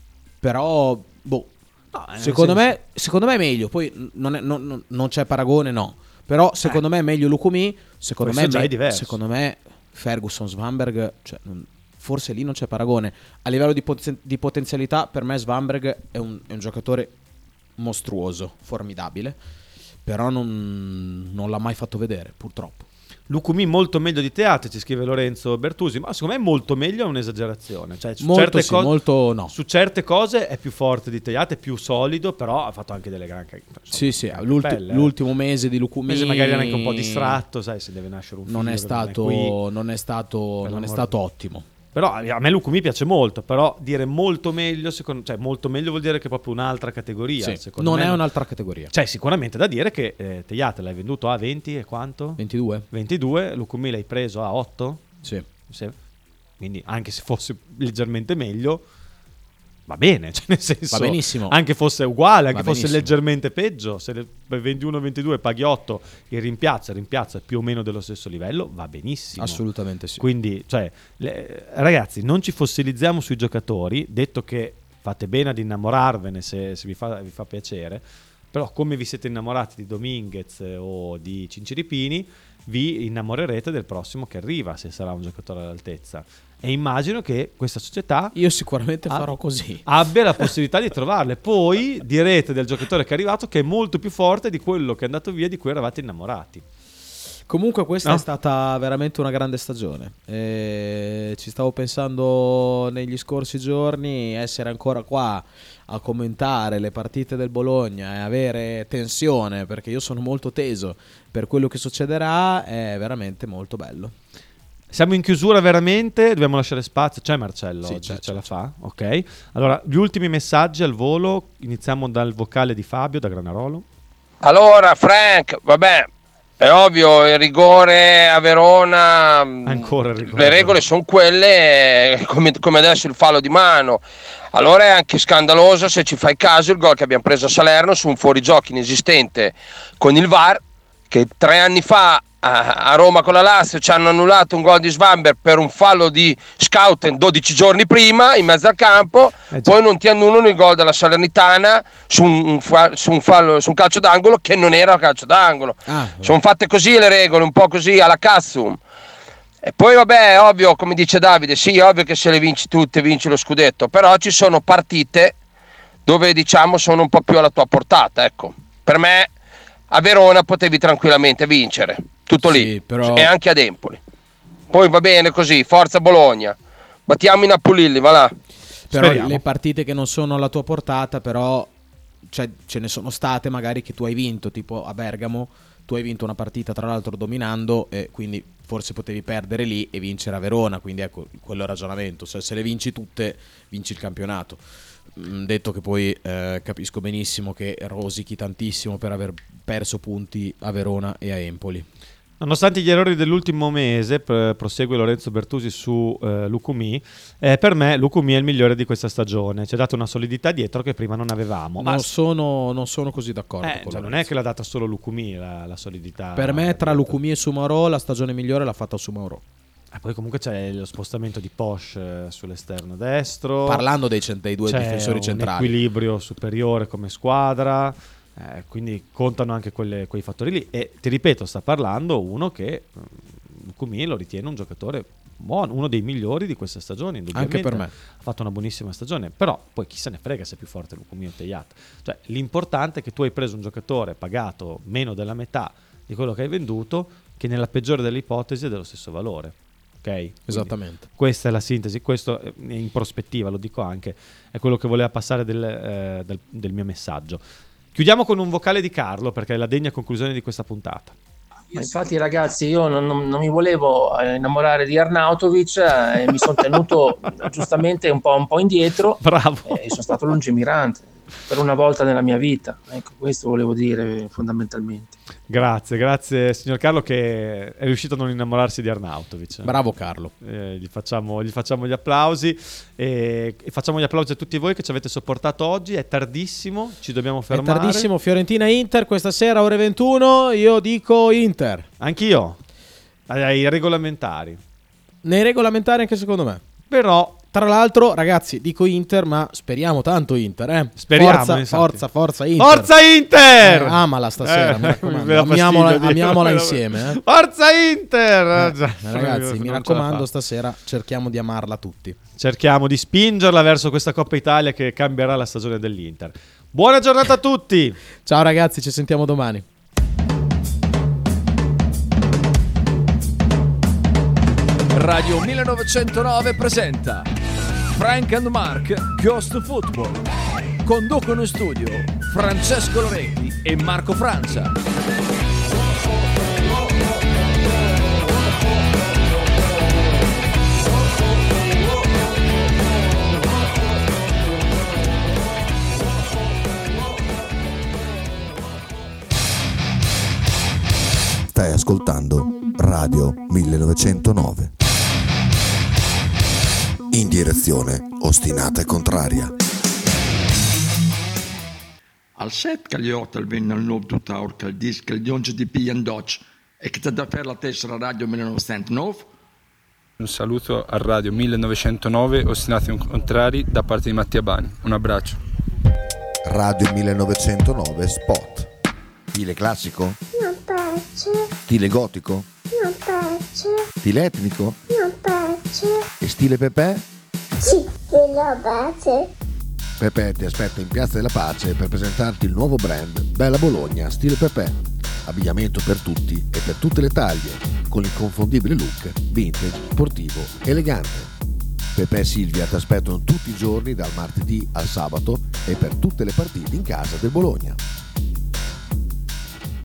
Però boh, no, secondo senso... me secondo me è meglio. Poi non, è, non, non c'è paragone, no. Però secondo eh. me è meglio Lucumi, secondo me già me, è diverso. Secondo me Ferguson, Svanberg, cioè non, forse lì non c'è paragone. A livello di, poten- di potenzialità, per me Svanberg è un, è un giocatore mostruoso, formidabile, però non, non l'ha mai fatto vedere, purtroppo. Lucumi molto meglio di Teat, ci scrive Lorenzo Bertusi, ma secondo me molto meglio è un'esagerazione. Cioè, su, molto certe sì, cose, molto no. su certe cose è più forte di Teat, è più solido, però ha fatto anche delle grandi. Sì, sì, l'ulti- belle, l'ultimo mese di Lucumi. Mese magari anche un po' distratto, sai, se deve nascere un figlio. Non è stato, non è, qui, non è stato, non è stato ottimo. Però a me Lucumi piace molto, però dire molto meglio, secondo, cioè molto meglio vuol dire che è proprio un'altra categoria. Sì, secondo non me è non... un'altra categoria. Cioè sicuramente da dire che eh, Teat l'hai venduto a venti e quanto? ventidue. ventidue, Lucumi l'hai preso a otto? Sì. sì. Quindi anche se fosse leggermente meglio, va bene, cioè nel senso, va benissimo. Anche fosse uguale, anche va fosse benissimo. leggermente peggio, se vendi uno ventidue paghi otto, il rimpiazzo, il rimpiazzo è più o meno dello stesso livello, va benissimo. Assolutamente sì. Quindi, cioè, le, ragazzi, non ci fossilizziamo sui giocatori, detto che fate bene ad innamorarvene se, se vi, fa, vi fa piacere, però come vi siete innamorati di Dominguez o di Cinciripini, vi innamorerete del prossimo che arriva, se sarà un giocatore all'altezza. E immagino che questa società, io sicuramente ab- farò così, abbia la possibilità di trovarle. Poi direte del giocatore che è arrivato che è molto più forte di quello che è andato via, di cui eravate innamorati. Comunque questa no? è stata veramente una grande stagione. E ci stavo pensando negli scorsi giorni, essere ancora qua a commentare le partite del Bologna e avere tensione, perché io sono molto teso per quello che succederà, è veramente molto bello. Siamo in chiusura veramente, dobbiamo lasciare spazio. C'è Marcello, sì, c'è, c'è, ce la c'è. fa? Ok. Allora, gli ultimi messaggi al volo, iniziamo dal vocale di Fabio da Granarolo. Allora Frank, vabbè, è ovvio, il rigore a Verona, ancora il rigore. Le regole sono quelle, come, come adesso il fallo di mano. Allora è anche scandaloso, se ci fai caso, il gol che abbiamo preso a Salerno su un fuorigioco inesistente con il V A R, che tre anni fa a Roma con la Lazio ci hanno annullato un gol di Svanberg per un fallo di Scouten dodici giorni prima in mezzo al campo, eh poi non ti annullano il gol della Salernitana su un, su un, fallo, su un calcio d'angolo che non era calcio d'angolo. Ah, sono fatte così le regole, un po' così alla Cazzum. E poi vabbè, è ovvio, come dice Davide, sì, è ovvio che se le vinci tutte vinci lo scudetto, però ci sono partite dove diciamo sono un po' più alla tua portata, ecco. Per me a Verona potevi tranquillamente vincere, tutto sì, lì, però... e anche ad Empoli. Poi va bene così, forza Bologna, battiamo i Napolilli, va là. Però Speriamo. Le partite che non sono alla tua portata, però cioè, ce ne sono state magari che tu hai vinto, tipo a Bergamo, tu hai vinto una partita tra l'altro dominando e quindi forse potevi perdere lì e vincere a Verona, quindi ecco quello è il ragionamento, cioè, se le vinci tutte vinci il campionato. detto che poi eh, capisco benissimo che rosichi tantissimo per aver perso punti a Verona e a Empoli. Nonostante gli errori dell'ultimo mese, prosegue Lorenzo Bertusi su eh, Lucumí, eh, per me Lucumí è il migliore di questa stagione, ci ha dato una solidità dietro che prima non avevamo. Non, Ma sono, non sono così d'accordo eh, con cioè non è che l'ha data solo Lucumí la, la solidità. Per me tra Lucumí e Soumaoro la stagione migliore l'ha fatta Soumaoro. E poi comunque c'è lo spostamento di Posch sull'esterno destro. Parlando dei, dei due c'è difensori centrali. Un equilibrio superiore come squadra. Eh, quindi contano anche quelle, quei fattori lì e ti ripeto, sta parlando uno che Lucumí lo ritiene un giocatore buono, uno dei migliori di questa stagione, anche per me ha fatto una buonissima stagione, però poi chi se ne frega se è più forte Lucumí o Tejat, cioè l'importante è che tu hai preso un giocatore pagato meno della metà di quello che hai venduto, che nella peggiore delle ipotesi è dello stesso valore. Okay? Esattamente. Quindi questa è la sintesi, questo in prospettiva lo dico anche, è quello che voleva passare del, eh, del, del mio messaggio. Chiudiamo con un vocale di Carlo perché è la degna conclusione di questa puntata. Ma infatti ragazzi io non, non, non mi volevo innamorare di Arnautovic e eh, mi sono tenuto giustamente un po', un po' indietro. Bravo. E sono stato lungimirante per una volta nella mia vita, ecco, questo volevo dire fondamentalmente. Grazie, grazie signor Carlo che è riuscito a non innamorarsi di Arnautovic. Bravo Carlo. Eh, gli, facciamo, gli facciamo gli applausi e, e facciamo gli applausi a tutti voi che ci avete sopportato oggi. È tardissimo, ci dobbiamo fermare. È tardissimo, Fiorentina-Inter questa sera ore ventuno, io dico Inter. Anch'io, ai regolamentari. Nei regolamentari anche secondo me. Però tra l'altro, ragazzi, dico Inter, ma speriamo tanto Inter, eh? Speriamo, forza, infatti. forza, forza Inter. Forza Inter! Eh, amala stasera, eh, mi raccomando. mi Amiamola, fastidio, amiamola dico, insieme, eh? Forza Inter! Eh, Già, ragazzi, non mi raccomando, stasera cerchiamo di amarla tutti. Cerchiamo di spingerla verso questa Coppa Italia che cambierà la stagione dell'Inter. Buona giornata a tutti! Ciao ragazzi, ci sentiamo domani. Radio millenovecentonove presenta Frank and Mark Goes to Football. Conducono in studio Francesco Loretti e Marco Francia. Stai ascoltando Radio millenovecentonove. In direzione ostinata e contraria. Al set che gli hotel viene al nuovo tuttaur che il disco il dionge di P and Dodge e che ti dà per la tessera Radio millenovecentonove. Un saluto a Radio millenovecentonove ostinati e contrari da parte di Mattia Bani. Un abbraccio. Radio millenovecentonove Spot. Stile classico? Non piace. Stile gotico? Non piace. Stile etnico? Non piace. E stile Pepe? Sì, lo piace. Pepe ti aspetta in Piazza della Pace per presentarti il nuovo brand Bella Bologna Stile Pepe. Abbigliamento per tutti e per tutte le taglie, con l'inconfondibile look vintage, sportivo, elegante. Pepe e Silvia ti aspettano tutti i giorni dal martedì al sabato e per tutte le partite in casa del Bologna.